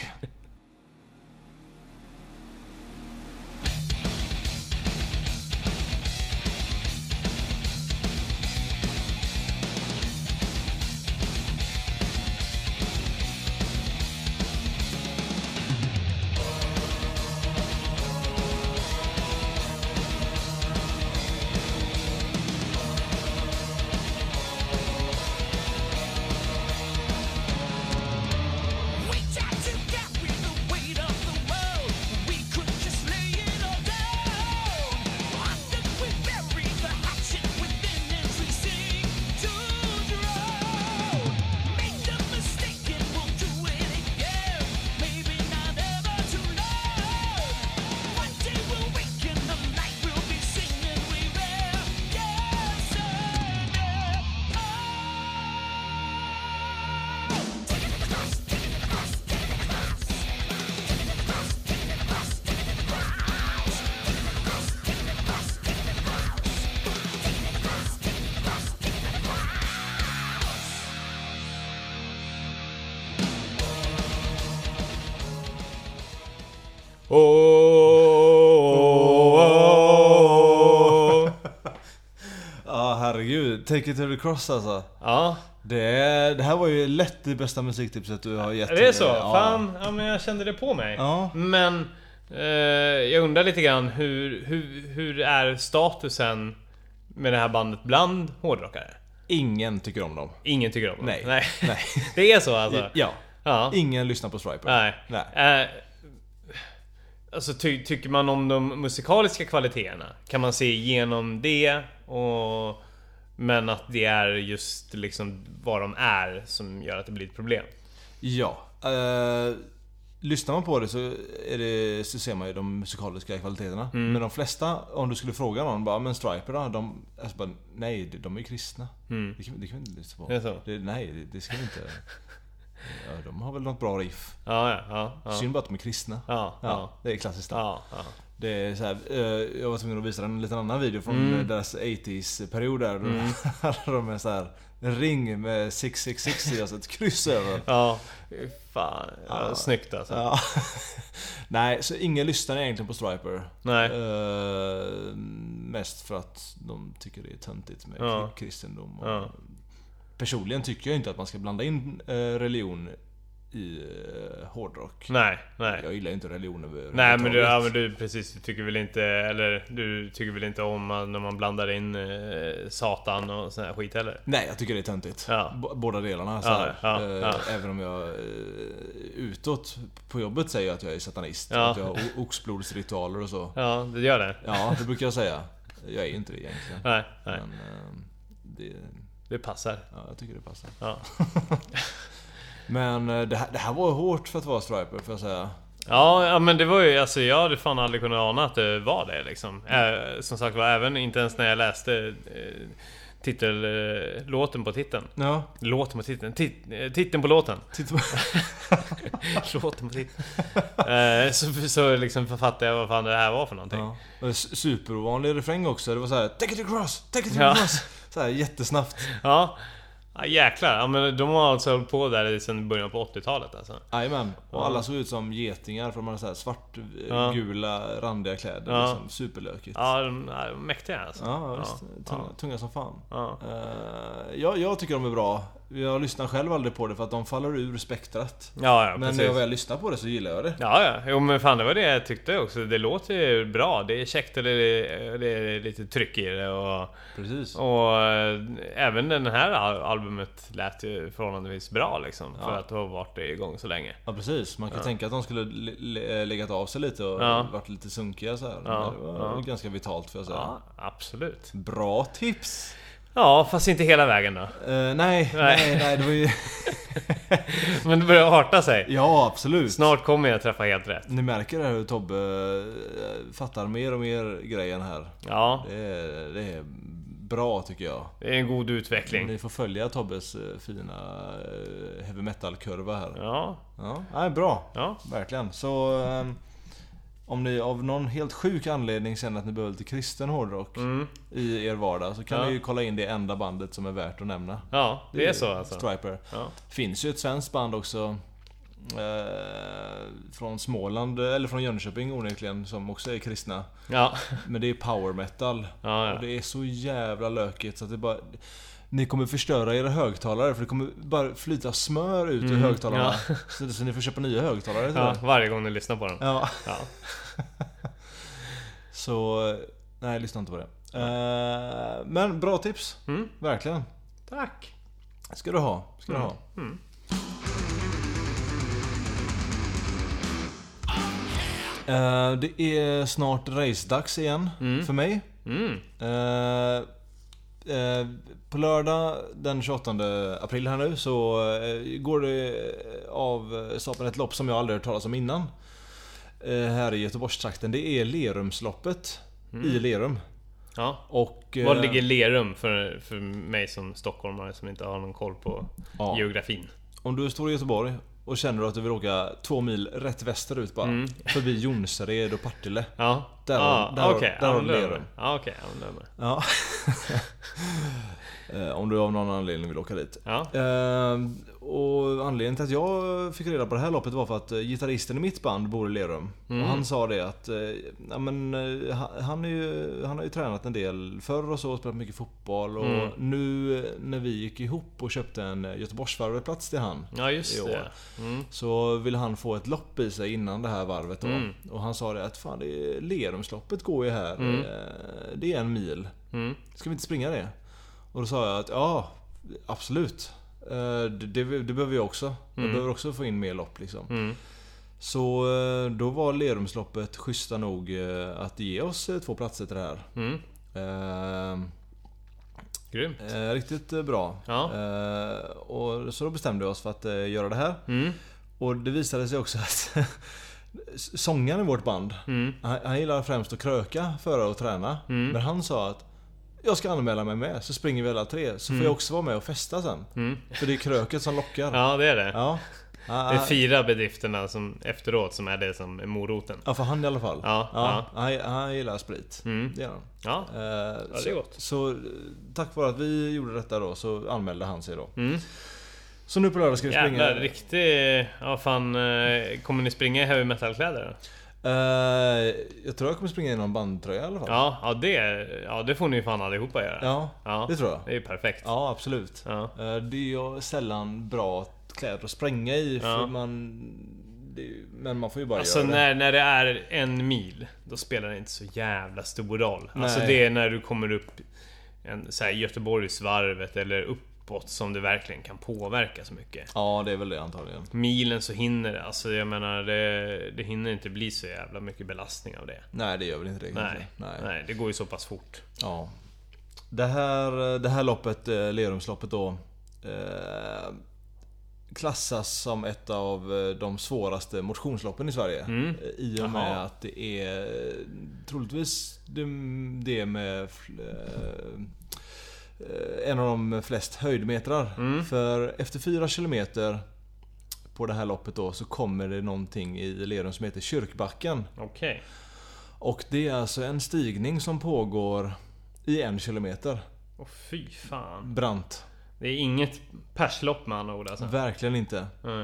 Ja, herregud. Take it to the cross alltså. Ja. Det här var ju lätt det bästa musiktipset du har gett. Det är så? Ja. Fan, ja, men jag kände det på mig. Ja. Men jag undrar lite grann hur är statusen med det här bandet bland hårdrockare? Ingen tycker om dem. Ingen tycker om dem? Nej. Det är så alltså? Ja. Ingen lyssnar på Stryper. Nej. Alltså tycker man om de musikaliska kvaliteterna? Kan man se igenom det? Men att det är just liksom vad de är som gör att det blir ett problem? Ja. Lyssnar man på det så ser man ju de musikaliska kvaliteterna. Men de flesta, om du skulle fråga någon bara, men Stryper då? Nej, de är ju kristna. Det kan vi inte lyssna på. Det är så? Det ska vi inte. Ja, de har väl något bra riff. Ja. Synd bara att de är kristna. Ja, det är klassiskt. Ja. Det är så här, jag var tvungen att visa en liten annan video från deras 80s-period där. Hade de en så här ring med 666 i, alltså ett kryss över. Ja, fan. Ja, snyggt alltså. Ja. Nej, så ingen lyssnar egentligen på Stryper. Nej. Mest för att de tycker det är töntigt med kristendom. Personligen tycker jag inte att man ska blanda in religion i hårdrock. Nej. Jag gillar inte religion över. Nej, men du precis, du tycker väl inte om när man blandar in Satan och sån här skit heller? Nej, jag tycker det är töntigt. Ja. Båda delarna så här. Även om jag utåt på jobbet säger att jag är satanist, att jag har oxblodsritualer och så. Ja, det gör det. Ja, det brukar jag säga. Jag är inte det egentligen. Nej. Men det passar. Ja, jag tycker det passar. Ja. Men det här var hårt för att vara Stryper, får jag säga. Ja, men det var ju, alltså jag hade fan aldrig kunnat ana att det var det liksom. Som sagt var, även inte ens när jag läste låten på titeln. Ja. Låten på titeln. Titeln på låten. Låten på titeln. Så liksom författade jag vad fan det här var för någonting. Ja. Superovanlig refräng också. Det var så här: take it across, take it across. Så här jättesnabbt. Ja, jäklar. Ja, men de har alltså hållit på där sedan början på 80-talet alltså. Jajamän. Och alla såg ut som getingar, för de hade så här svartgula randiga kläder. Liksom, superlökigt. Ja, de är mäktiga alltså. Ja, visst. Tunga som fan. Jag tycker de är bra. Jag lyssnar själv aldrig på det för att de faller ur spektrat. Ja, men när jag väl lyssnar på det så gillar jag det. Ja. Jo, men fan, det var det jag tyckte också. Det låter ju bra. Det är käckt och det är lite tryck i det. Precis. Och även den här albumet lät ju förhållandevis bra liksom. För att ha varit igång så länge. Ja, precis. Man kan tänka att de skulle legat av sig lite och varit lite sunkiga så här. Ja. Det var ganska vitalt, för jag säga. Ja, absolut. Bra tips. Ja, fast inte hela vägen då. Nej, det var ju... Men det börjar arta sig. Ja, absolut. Snart kommer jag träffa helt rätt. Ni märker det här hur Tobbe fattar mer och mer grejen här. Ja. Det är bra, tycker jag. Det är en god utveckling. Ni får följa Tobbes fina heavy metal-kurva här. Ja. Nej, bra. Ja. Verkligen. Så... om ni av någon helt sjuk anledning känner att ni behöver lite kristen hårdrock i er vardag, så kan ni ju kolla in det enda bandet som är värt att nämna. Ja, det är så alltså. Stryper. Finns ju ett svenskt band också från Småland, eller från Jönköping onekligen, som också är kristna. Ja. Men det är power metal. Och det är så jävla lökigt så att det bara... Ni kommer förstöra era högtalare, för det kommer bara flyta smör ut ur högtalarna. Så ni får köpa nya högtalare. Varje gång ni lyssnar på dem. Ja. Så nej, lyssna inte på det. Men bra tips. Verkligen. Tack. Ska du ha. Det är snart race-dags igen för mig. På lördag den 28 april här nu så går det av stapeln ett lopp som jag aldrig hört talas om innan. Här i Göteborgstrakten. Det är Lerumsloppet i Lerum. Ja. Och var ligger Lerum för mig som stockholmare som inte har någon koll på geografin? Om du står i Göteborg och känner att du vill åka 2 mil rätt västerut bara, förbi Jonsered och Partille. Där har du Lerum. Okej, Ja. Om du av någon anledning vill åka dit. Ja. Och anledningen till att jag fick reda på det här loppet var för att gitarristen i mitt band bor i Lerum. Och han sa det att han har ju tränat en del förr och så, spelat mycket fotboll. Och nu när vi gick ihop och köpte en Göteborgsvarveplats till han. Ja, just det. Så ville han få ett lopp i sig innan det här varvet då. Och han sa det att fan, Lerumsloppet går ju här. Det är 1 mil. Ska vi inte springa det? Och då sa jag att ja, absolut. Det behöver jag också. Jag behöver också få in mer lopp liksom. Så då var Lerumsloppet schyssta nog att ge oss 2 platser till det här. Grymt. Riktigt bra. Ja. Och så då bestämde vi oss för att göra det här. Och det visade sig också att sångaren i vårt band, han gillar främst att kröka före att träna. Men han sa att jag ska anmäla mig med, så springer vi alla 3. Så får jag också vara med och festa sen. För det är kröket som lockar. Ja, det är det. Ja. Det är 4 bedrifterna som efteråt som är det som är moroten. Ja, för han i alla fall. Ja. Han gillar sprit. Det gör han. Ja, det är gott. Så tack vare att vi gjorde detta då, så anmälde han sig då. Så nu på lördag ska vi springa. Jävlar, riktigt. Ja, fan. Kommer ni springa i heavy metal-kläder då? Jag tror jag kommer springa i någon bandtröja i alla fall. Det får ni fan allihopa göra. Ja, det tror jag. Det är ju perfekt. Ja, absolut. Ja. Det är ju sällan bra kläder att spränga i, för men man får ju bara alltså göra det. När det är 1 mil, då spelar det inte så jävla stor roll. Nej. Alltså det är när du kommer upp så här Göteborgsvarvet eller uppåt som det verkligen kan påverka så mycket. Ja, det är väl det antagligen. Milen så hinner det. Alltså jag menar, det hinner inte bli så jävla mycket belastning av det. Nej, det gör väl inte det. Nej, det går ju så pass fort. Ja. Det här loppet, Lerumsloppet då, klassas som ett av de svåraste motionsloppen i Sverige. I och med att det är troligtvis det med en av de flest höjdmetrar. För efter 4 kilometer på det här loppet då, så kommer det någonting i Lerum som heter Kyrkbacken. Okej. Och det är alltså en stigning som pågår i 1 kilometer. Åh fy fan. Brant. Det är inget perslopp med andra ord alltså. Verkligen inte.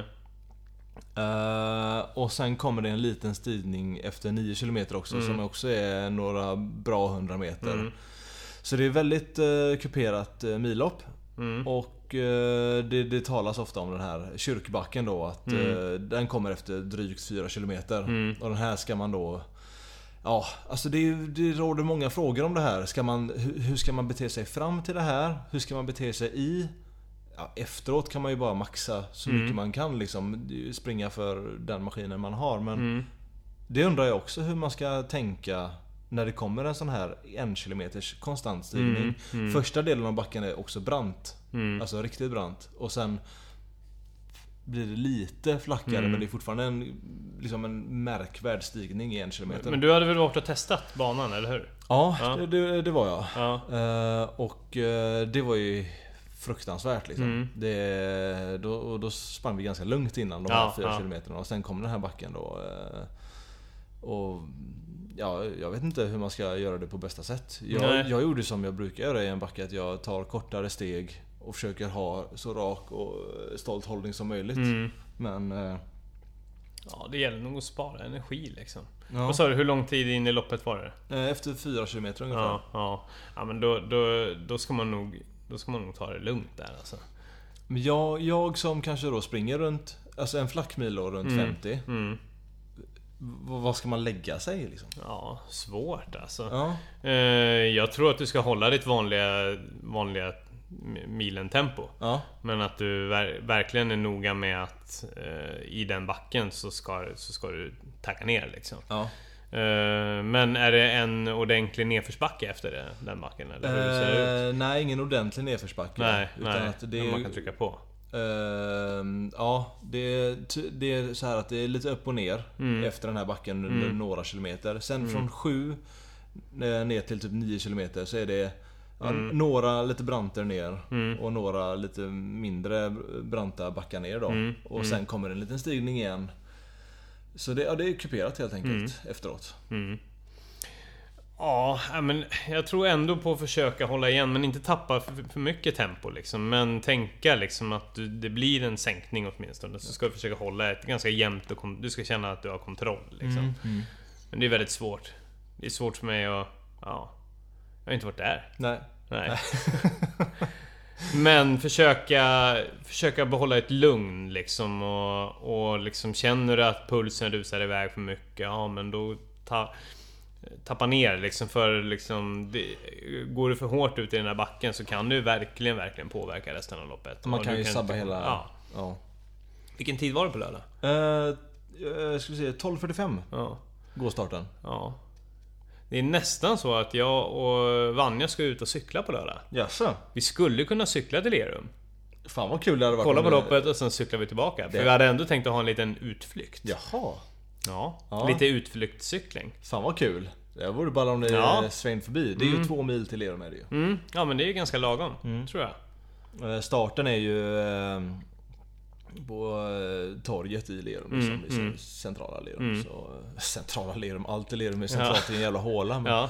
Och sen kommer det en liten stigning efter 9 kilometer också, som också är några bra 100 meter. Så det är väldigt kuperat millopp. Och det talas ofta om den här Kyrkbacken då, att den kommer efter drygt 4 kilometer. Och den här ska man då... Ja, alltså det råder många frågor om det här. Hur ska man bete sig fram till det här? Hur ska man bete sig i? Ja, efteråt kan man ju bara maxa så mycket man kan liksom, springa för den maskinen man har. Men det undrar jag också hur man ska tänka när det kommer en sån här 1 kilometers konstant stigning. Första delen av backen är också brant. Alltså riktigt brant. Och sen blir det lite flackare, men det är fortfarande en märkvärd stigning i 1 kilometer. Men du hade väl varit och testat banan, eller hur? Ja. Det var jag. Och det var ju fruktansvärt liksom. Då sprang vi ganska lugnt innan de här 4 kilometerna. Och sen kom den här backen då. Och ja, jag vet inte hur man ska göra det på bästa sätt. Jag gjorde som jag brukar göra i en backe, att jag tar kortare steg och försöker ha så rak och stolt hållning som möjligt. Men ja, det gäller nog att spara energi liksom. Ja. Vad sa du, hur lång tid in i loppet var det? Efter 4 kilometer ungefär. Ja, men då ska man nog ta det lugnt där alltså. Men jag som kanske då springer runt, alltså en flackmil då, runt 50. Vad ska man lägga sig liksom? Ja, svårt alltså. Jag tror att du ska hålla ditt vanliga milen-tempo. Men att du verkligen är noga med att i den backen så ska du tagga ner liksom. Men är det en ordentlig nedförsbacke efter den backen? Eller hur ser det ut? Nej, ingen ordentlig nedförsbacke. Nej, att det man kan trycka på. Ja, det är så här att det är lite upp och ner efter den här backen under några kilometer. Sen från 7 ner till typ 9 kilometer så är det några lite branter ner och några lite mindre branta backar ner då. Och sen kommer en liten stigning igen. Så det är kuperat helt enkelt efteråt. Ja, men jag tror ändå på att försöka hålla igen, men inte tappa för mycket tempo liksom. Men tänka liksom att det blir en sänkning åtminstone. Så ska du försöka hålla ett ganska jämnt och du ska känna att du har kontroll liksom. Men det är väldigt svårt. Det är svårt för mig att... Ja, jag har inte varit där. Nej. Men försöka behålla ett lugn liksom. Och liksom känner du att pulsen rusar iväg för mycket, ja men då tappa ner liksom, för liksom går du för hårt ut i den här backen så kan du verkligen påverka resten av loppet. Man kan ju sabba hela... Ja. Vilken tid var det på lördag? Jag skulle säga 12:45. Ja. Går starten. Ja. Det är nästan så att jag och Vanja ska ut och cykla på lördag. Jaså? Vi skulle kunna cykla till Lerum. Fan vad kul det hade varit. Kolla på loppet och sen cyklar vi tillbaka. För vi hade ändå tänkt att ha en liten utflykt. Jaha. Ja. Lite utflyktscykling. Fan vad kul. Det vore bara om det svängde förbi. Det är ju 2 mil till Lerum är det ju. Ja men det är ju ganska lagom, tror jag. Starten är ju på torget i Lerum liksom, centrala Lerum. Så, centrala Lerum, allt i Lerum är centralt i en jävla håla. Men,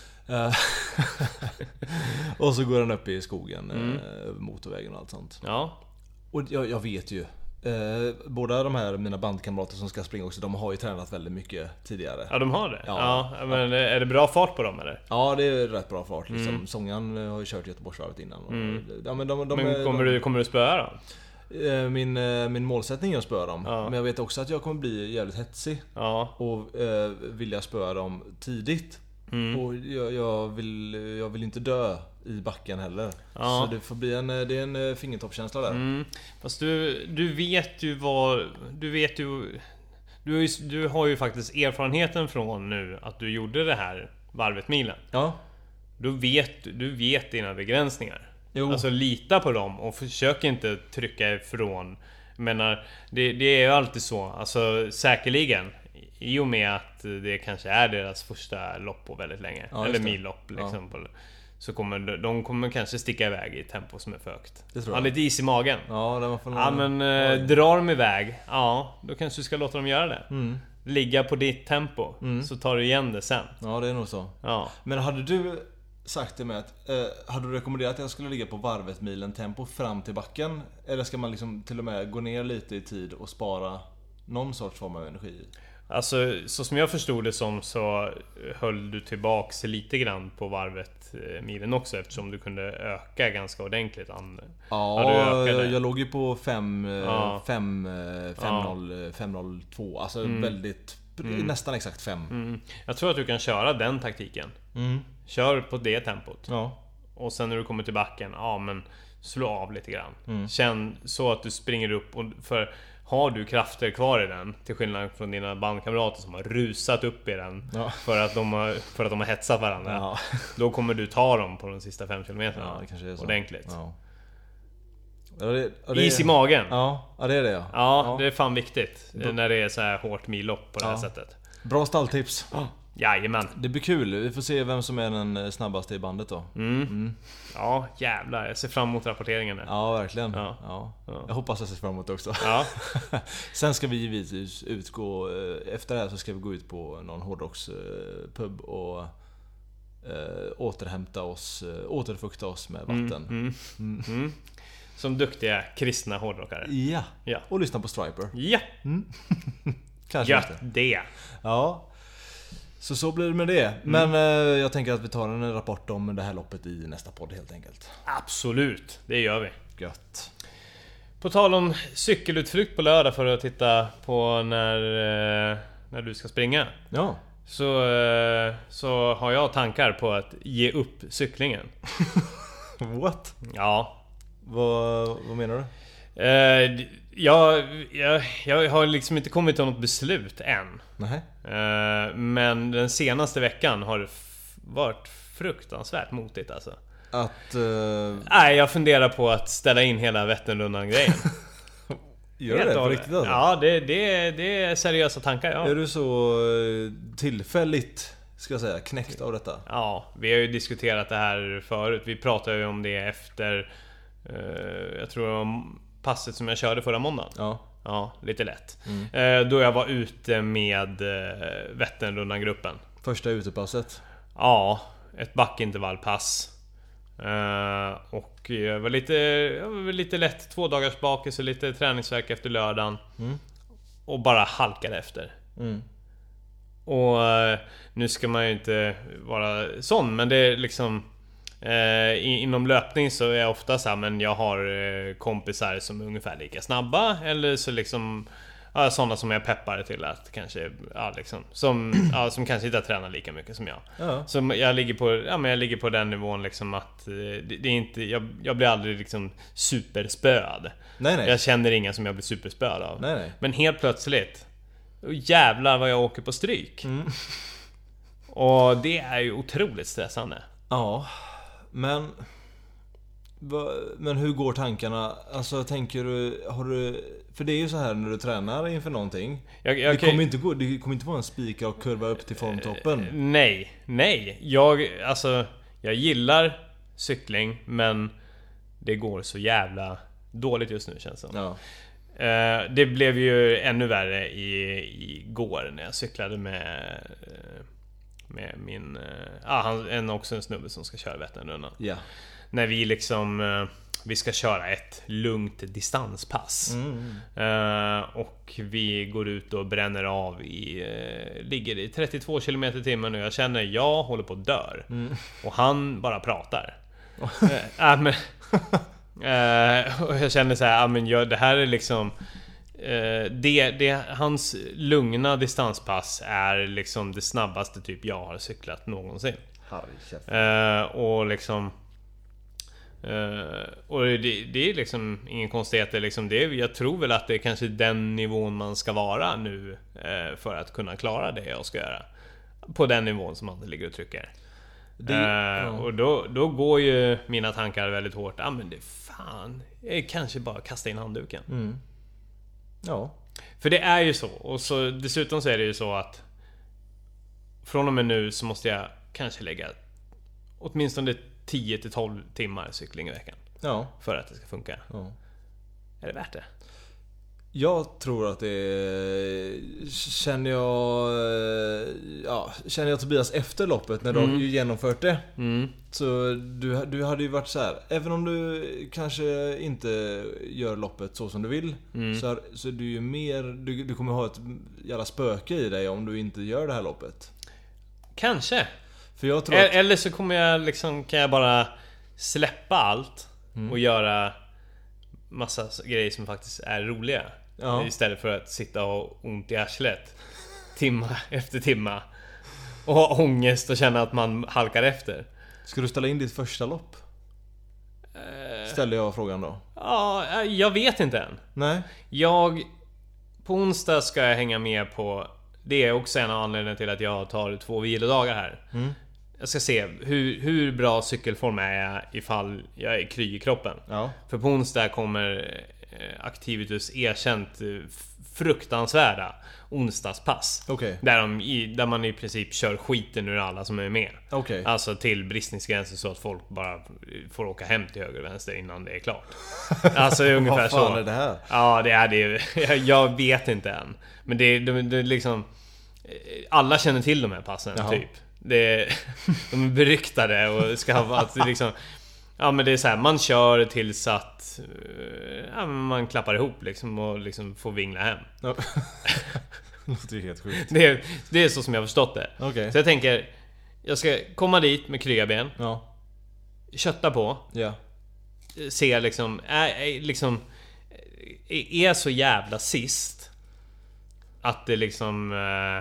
och så går den upp i skogen, motorvägen och allt sånt. Ja. Och jag vet ju båda de här mina bandkamrater som ska springa också, de har ju tränat väldigt mycket tidigare. Ja, de har det? Ja. Men är det bra fart på dem eller? Ja, det är rätt bra fart liksom. Sångaren har ju kört Göteborgsvarvet innan och, men kommer du spöa då? Min målsättning är att spöa dem. Men jag vet också att jag kommer bli jävligt hetsig. Och vilja spöa dem tidigt. Och jag vill inte dö i backen heller. Så det får bli det är en fingertoppskänsla där. Fast du vet ju vad... Du har ju faktiskt erfarenheten från nu att du gjorde det här varvet milen. Ja. Du vet dina begränsningar. Jo. Alltså lita på dem och försök inte trycka ifrån. Menar, det är ju alltid så. Alltså säkerligen, i och med att det kanske är deras första lopp på väldigt länge, eller millopp liksom, så kommer de kommer kanske sticka iväg i ett tempo som är för högt. Lite is i magen. Drar de iväg, då kanske du ska låta dem göra det. Ligga på ditt tempo, så tar du igen det sen. Ja, det är nog så. Men hade du sagt till mig att hade du rekommenderat att jag skulle ligga på varvet milen tempo fram till backen, eller ska man liksom till och med gå ner lite i tid och spara någon sorts form av energi? Alltså, så som jag förstod det som, så höll du tillbaks lite grann på varvet milen också, eftersom du kunde öka ganska ordentligt. Jag låg ju på 5:02, alltså väldigt nästan exakt 5. Jag tror att du kan köra den taktiken. Kör på det tempot. Och sen när du kommer till backen, men slå av lite grann. Känn så att du springer upp, och för har du krafter kvar i den, till skillnad från dina bandkamrater som har rusat upp i den för att de har hetsat varandra, då kommer du ta dem på de sista 5 kilometerna ordentligt. Is i magen. Ja, det är det. Det är fan viktigt när det är så här hårt millopp på det här sättet. Bra stalltips. Jajamän. Det blir kul, vi får se vem som är den snabbaste i bandet då. Ja, jävlar, jag ser fram emot rapporteringen nu. Ja, verkligen. Jag hoppas jag ser fram emot det också. Sen ska vi givetvis utgå, efter det här så ska vi gå ut på någon hårdrockspub och återfukta oss med vatten. Som duktiga kristna hårdrockare. Ja. Och lyssna på Striper. Ja. Kanske gött det. Ja. Så blir det med det. Men jag tänker att vi tar en rapport om det här loppet i nästa podd helt enkelt. Absolut, det gör vi. Gött. På tal om cykelutflykt på lördag för att titta på när du ska springa. Ja. Så har jag tankar på att ge upp cyklingen. What? Ja. Vad menar du? Jag har liksom inte kommit till något beslut än. Nej. Men den senaste veckan har det varit fruktansvärt motigt alltså. Nej, jag funderar på att ställa in hela Vätternrundan-grejen. Gör det på riktigt alltså? Ja, det är seriösa tankar, ja. Är du så tillfälligt, ska jag säga, knäckt av detta? Ja, vi har ju diskuterat det här förut. Vi pratade ju om det efter jag tror om passet som jag körde förra måndagen. Ja, lite lätt. Då jag var ute med Vätternrundan-gruppen. Första utepasset. Ja, ett backintervallpass. Och jag var lite lätt 2 dagars bakis och lite träningsvärk efter lördagen. Och bara halkade efter. Och nu ska man ju inte vara sån, men det är liksom inom löpning så är jag ofta så här, men jag har kompisar som är ungefär lika snabba, eller så liksom sådana som jag peppar till att kanske liksom, som kanske inte tränar lika mycket som jag. Så jag ligger på den nivån liksom, att det är inte, jag blir aldrig liksom superspöad. Nej. Jag känner inga som jag blir superspöad av. Nej. Men helt plötsligt, jävlar vad jag åker på stryk. Och det är ju otroligt stressande. Ja. Men hur går tankarna? Alltså tänker du, för det är ju så här när du tränar inför någonting. Det kommer inte vara en spika och kurva upp till formtoppen. Nej. Jag gillar cykling, men det går så jävla dåligt just nu, känns det. Ja. Det blev ju ännu värre igår när jag cyklade med min också en snubbe som ska köra Vätternrundan. Ja. När vi liksom vi ska köra ett lugnt distanspass. Och vi går ut och bränner av ligger i 32 km i timmen, och jag känner jag håller på att dör. Och han bara pratar. Och jag känner så här, det här är liksom hans lugna distanspass är liksom det snabbaste typ jag har cyklat någonsin. Och liksom och det är liksom ingen konstighet liksom det. Jag tror väl att det är kanske den nivån man ska vara nu för att kunna klara det jag ska göra. På den nivån som man ligger och trycker. Och då går ju mina tankar väldigt hårt. Men det fan, jag kanske bara kasta in handduken. Ja. För det är ju så. Och så dessutom så är det ju så att från och med nu så måste jag kanske lägga åtminstone 10-12 timmar cykling i veckan. Ja. För att det ska funka. Ja. Är det värt det? Jag tror att det känner jag Tobias efter loppet när du har genomfört det. Så du hade ju varit så här, även om du kanske inte gör loppet så som du vill, så är du ju mer, du kommer ha ett jävla spöke i dig om du inte gör det här loppet. Kanske. För jag tror eller så kommer jag liksom, kan jag bara släppa allt och göra massa grejer som faktiskt är roliga. Ja. Istället för att sitta och ha ont i arslet timma efter timma och ha ångest och känna att man halkar efter. Ska du ställa in ditt första lopp? Ställer jag frågan då. Ja, jag vet inte än. Nej. På onsdag ska jag hänga med på. Det är också en anledning till att jag tar 2 vilodagar här. Jag ska se hur bra cykelform är jag ifall jag är kry i kroppen. Ja. För på onsdag kommer Activitus erkänt fruktansvärda onsdagspass. Okay. Där man i princip kör skiten ur alla som är med. Okay. Alltså till bristningsgränsen så att folk bara får åka hem till höger och vänster innan det är klart. Alltså ungefär så. Vad fan är det här? Ja, det är det. Jag vet inte än. Men det är liksom alla känner till de här passen. Jaha. Typ. De är beryktade och ska ha att liksom, ja, men det är så här, man kör tills att man klappar ihop liksom och liksom får vingla hem. Ja. Det låter ju helt sjukt. Det är så som jag har förstått det. Okay. Så jag tänker, jag ska komma dit med kryaben. Ja. Kötta på. Ja. Se liksom är så jävla sist att det liksom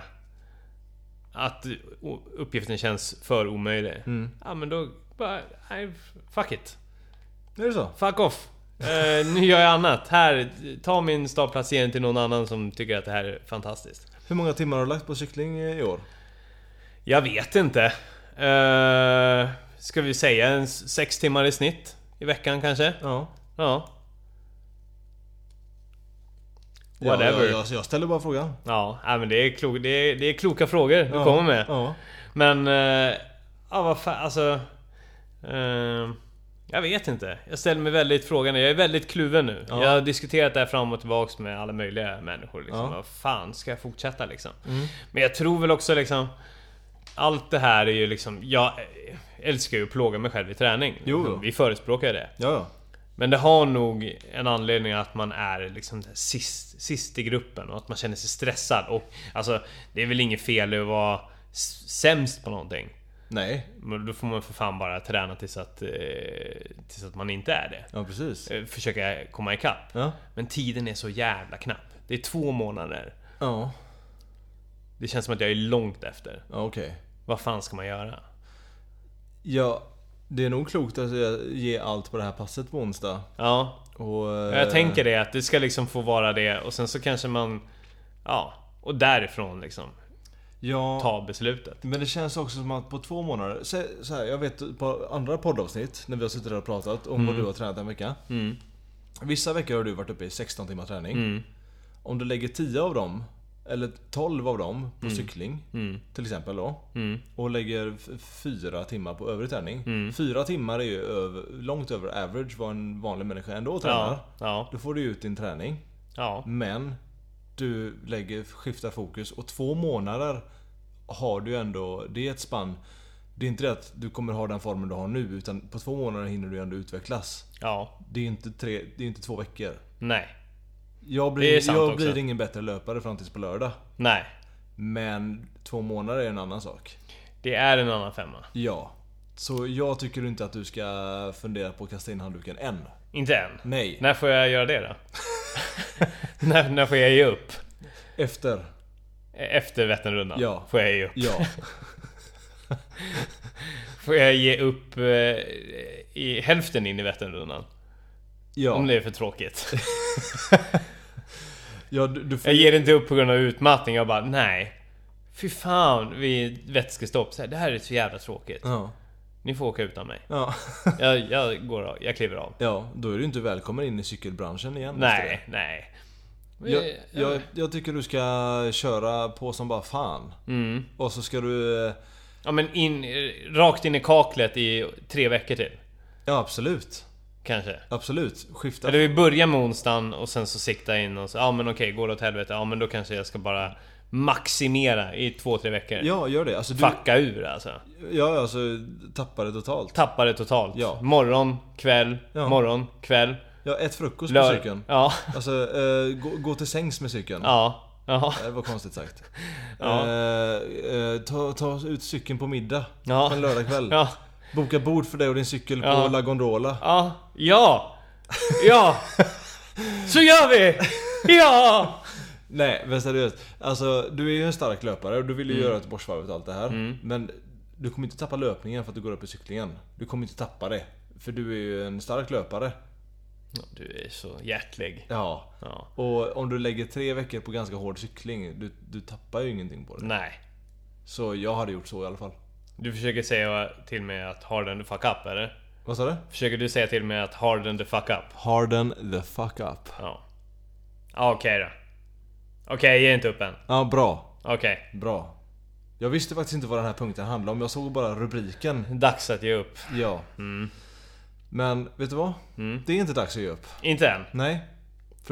att uppgiften känns för omöjlig. Ja, men då bara, fuck it. Är det så? Fuck off. Nu gör jag annat. Här, ta min startplacering till någon annan som tycker att det här är fantastiskt. Hur många timmar har du lagt på cykling i år? Jag vet inte. Ska vi säga 6 timmar i snitt i veckan kanske? Ja. Whatever. Jag ställer bara frågan. Ja, men det är kloka frågor du kommer med. Ja. Men vad fan, alltså jag vet inte. Jag ställer mig väldigt frågan. Jag är väldigt kluven nu. Ja. Jag har diskuterat det här fram och tillbaks med alla möjliga människor liksom. Vad fan ska jag fortsätta liksom? Men jag tror väl också liksom, allt det här är ju liksom... Jag älskar ju att plåga mig själv i träning. Jo. Vi förespråkar det. Ja. Men det har nog en anledning att man är liksom sist i gruppen och att man känner sig stressad. Och alltså, det är väl inget fel att vara sämst på någonting. Nej. Men då får man för fan bara träna tills att man inte är det. Ja, precis. Försöka komma ikapp. Ja. Men tiden är så jävla knapp. Det är 2 månader. Ja. Det känns som att jag är långt efter. Ja, okej. Vad fan ska man göra? Ja, det är nog klokt att ge allt på det här passet på onsdag. Ja. Och, Jag tänker det, att det ska liksom få vara det. Och sen så kanske man... Ja, och därifrån liksom ta beslutet. Men det känns också som att på 2 månader så här, jag vet på andra poddavsnitt när vi har suttit där och pratat om vad du har tränat en vecka. Vissa veckor har du varit uppe i 16 timmar träning. Om du lägger 10 av dem eller 12 av dem på cykling till exempel då, och lägger 4 timmar på övrig träning. 4 timmar är ju långt över average vad en vanlig människa ändå tränar. Ja. Då får du ut din träning. Ja. Men du skiftar fokus, och 2 månader har du ändå, det är ett spann. Det är inte det att du kommer ha den formen du har nu, utan på 2 månader hinner du ändå utvecklas. Ja. Det är inte 2 veckor. Nej. Jag blir ingen bättre löpare fram tills på lördag. Nej. Men 2 månader är en annan sak. Det är en annan femma. Ja. Så jag tycker inte att du ska fundera på att kasta in handduken än. Inte än? Nej. När får jag göra det då? när får jag ge upp? Efter Vätternrundan? Ja. Får jag ge upp? Ja. Får jag ge upp i hälften in i Vätternrundan? Ja. Om det är för tråkigt. Ja, du får... Jag ger inte upp på grund av utmattning. Jag bara, nej. Fy fan, vid vätskestopp. Så här, det här är så jävla tråkigt. Ja. Ni får åka utan mig. Ja. Jag kliver av. Ja, då är du inte välkommen in i cykelbranschen igen. Nej. Jag tycker du ska köra på som bara fan. Och så ska du... Ja, men rakt in i kaklet i 3 veckor till. Ja, absolut. Kanske. Absolut. Skifta. Eller vi börjar med onsdagen och sen så sikta in och så, ja men okej, går det åt helvete. Ja men då kanske jag ska bara maximera i 2-3 veckor. Ja, gör det. Alltså, fucka ur alltså. Ja, alltså tappa det totalt. Ja. Morgon, kväll, morgon, kväll. Ja, ett frukost på cykeln. Ja. Alltså, gå till sängs med cykeln. Ja. Det var konstigt sagt. Ja. Ta ut cykeln på middag. Ja. På en lördagkväll. Ja. Boka bord för dig och din cykel på La Gondola. Ja. Så gör vi. Ja. Nej, men seriöst. Alltså, du är ju en stark löpare och du vill ju göra ett Göteborgsvarvet och allt det här. Men du kommer inte tappa löpningen för att du går upp i cyklingen. Du kommer inte tappa det. För du är ju en stark löpare. Ja, du är så hjärtlig. Ja. Och om du lägger 3 veckor på ganska hård cykling, du tappar ju ingenting på det. Nej. Så jag hade gjort så i alla fall. Du försöker säga till mig att harden the fuck up, eller? Vad sa du? Försöker du säga till mig att harden the fuck up? Harden the fuck up. Ja. Okej då. Okej, ge inte upp än. Ja, bra. Okej. Bra. Jag visste faktiskt inte vad den här punkten handlade om. Jag såg bara rubriken. Dags att ge upp. Ja. Men vet du vad? Det är inte dags att ge upp. Inte än? Nej. För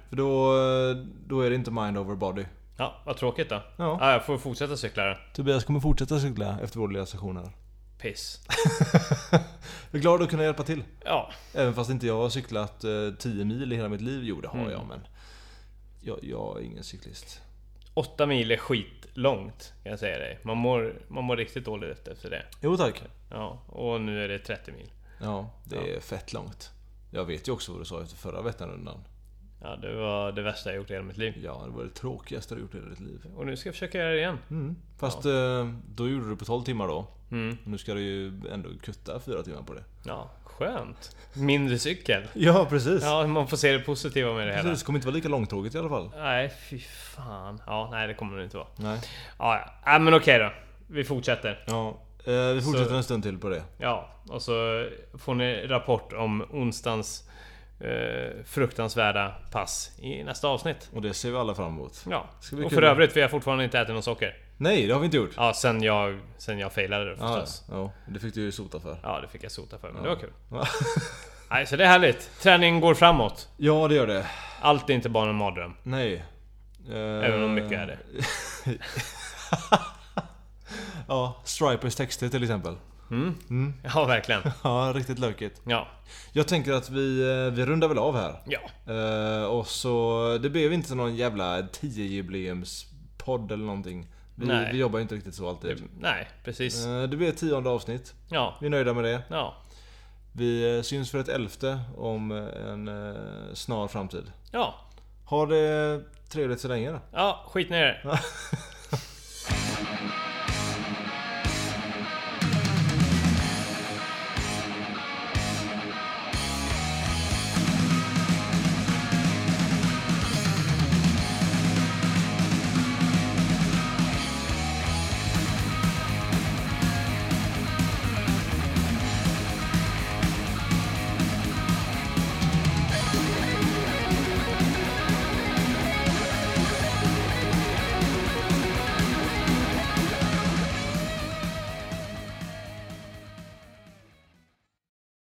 då är det inte mind over body. Ja, vad tråkigt då. Ja. Jag får fortsätta cykla då. Tobias kommer fortsätta cykla efter vår lilla session här. Piss. Jag är glad att kunna hjälpa till. Ja. Även fast inte jag har cyklat 10 mil i hela mitt liv. Jo, det har jag, men jag är ingen cyklist. 8 mil är skitlångt, kan jag säga dig. Man mår riktigt dåligt efter det. Jo, tack. Ja, och nu är det 30 mil. Ja, det är fett långt. Jag vet ju också vad du sa efter förra Vätternrundan. Ja, det var det värsta jag gjort i hela mitt liv. Ja, det var det tråkigaste du gjort i hela ditt liv. Och nu ska jag försöka göra det igen. Fast då gjorde du på 12 timmar då. Nu ska du ju ändå kutta 4 timmar på det. Ja, skönt. Mindre cykel. Ja, precis. Ja, man får se det positiva med det hela. Det kommer inte vara lika långtråkigt i alla fall. Nej, fy fan. Ja, nej, det kommer det inte vara. Nej. Ja, men okej då. Vi fortsätter. Ja, vi fortsätter en stund till på det. Ja, och så får ni rapport om onsdagens fruktansvärda pass i nästa avsnitt. Och det ser vi alla fram emot. Ja, och för övrigt, vi har fortfarande inte ätit någon socker. Nej, det har vi inte gjort. Ja, sen jag failade det förstås. Ja, det fick du ju sota för. Ja, det fick jag sota för, men det var kul. Nej, så det är härligt. Träningen går framåt. Ja, det gör det. Allt är inte bara en mardröm. Nej. Även om mycket är det. Ja, Stripers texter till exempel. Ja, verkligen. Ja, riktigt lökigt. Ja. Jag tänker att vi rundar väl av här. Ja. Och så, det blev inte någon jävla 10-jubileumspodd eller någonting. Vi jobbar inte riktigt så alltid. Nej, precis. Det blir ett 10:e avsnitt. Ja. Vi är nöjda med det. Ja. Vi syns för ett 11:e om en snar framtid. Ja. Ha det trevligt så länge då. Ja, skit ner.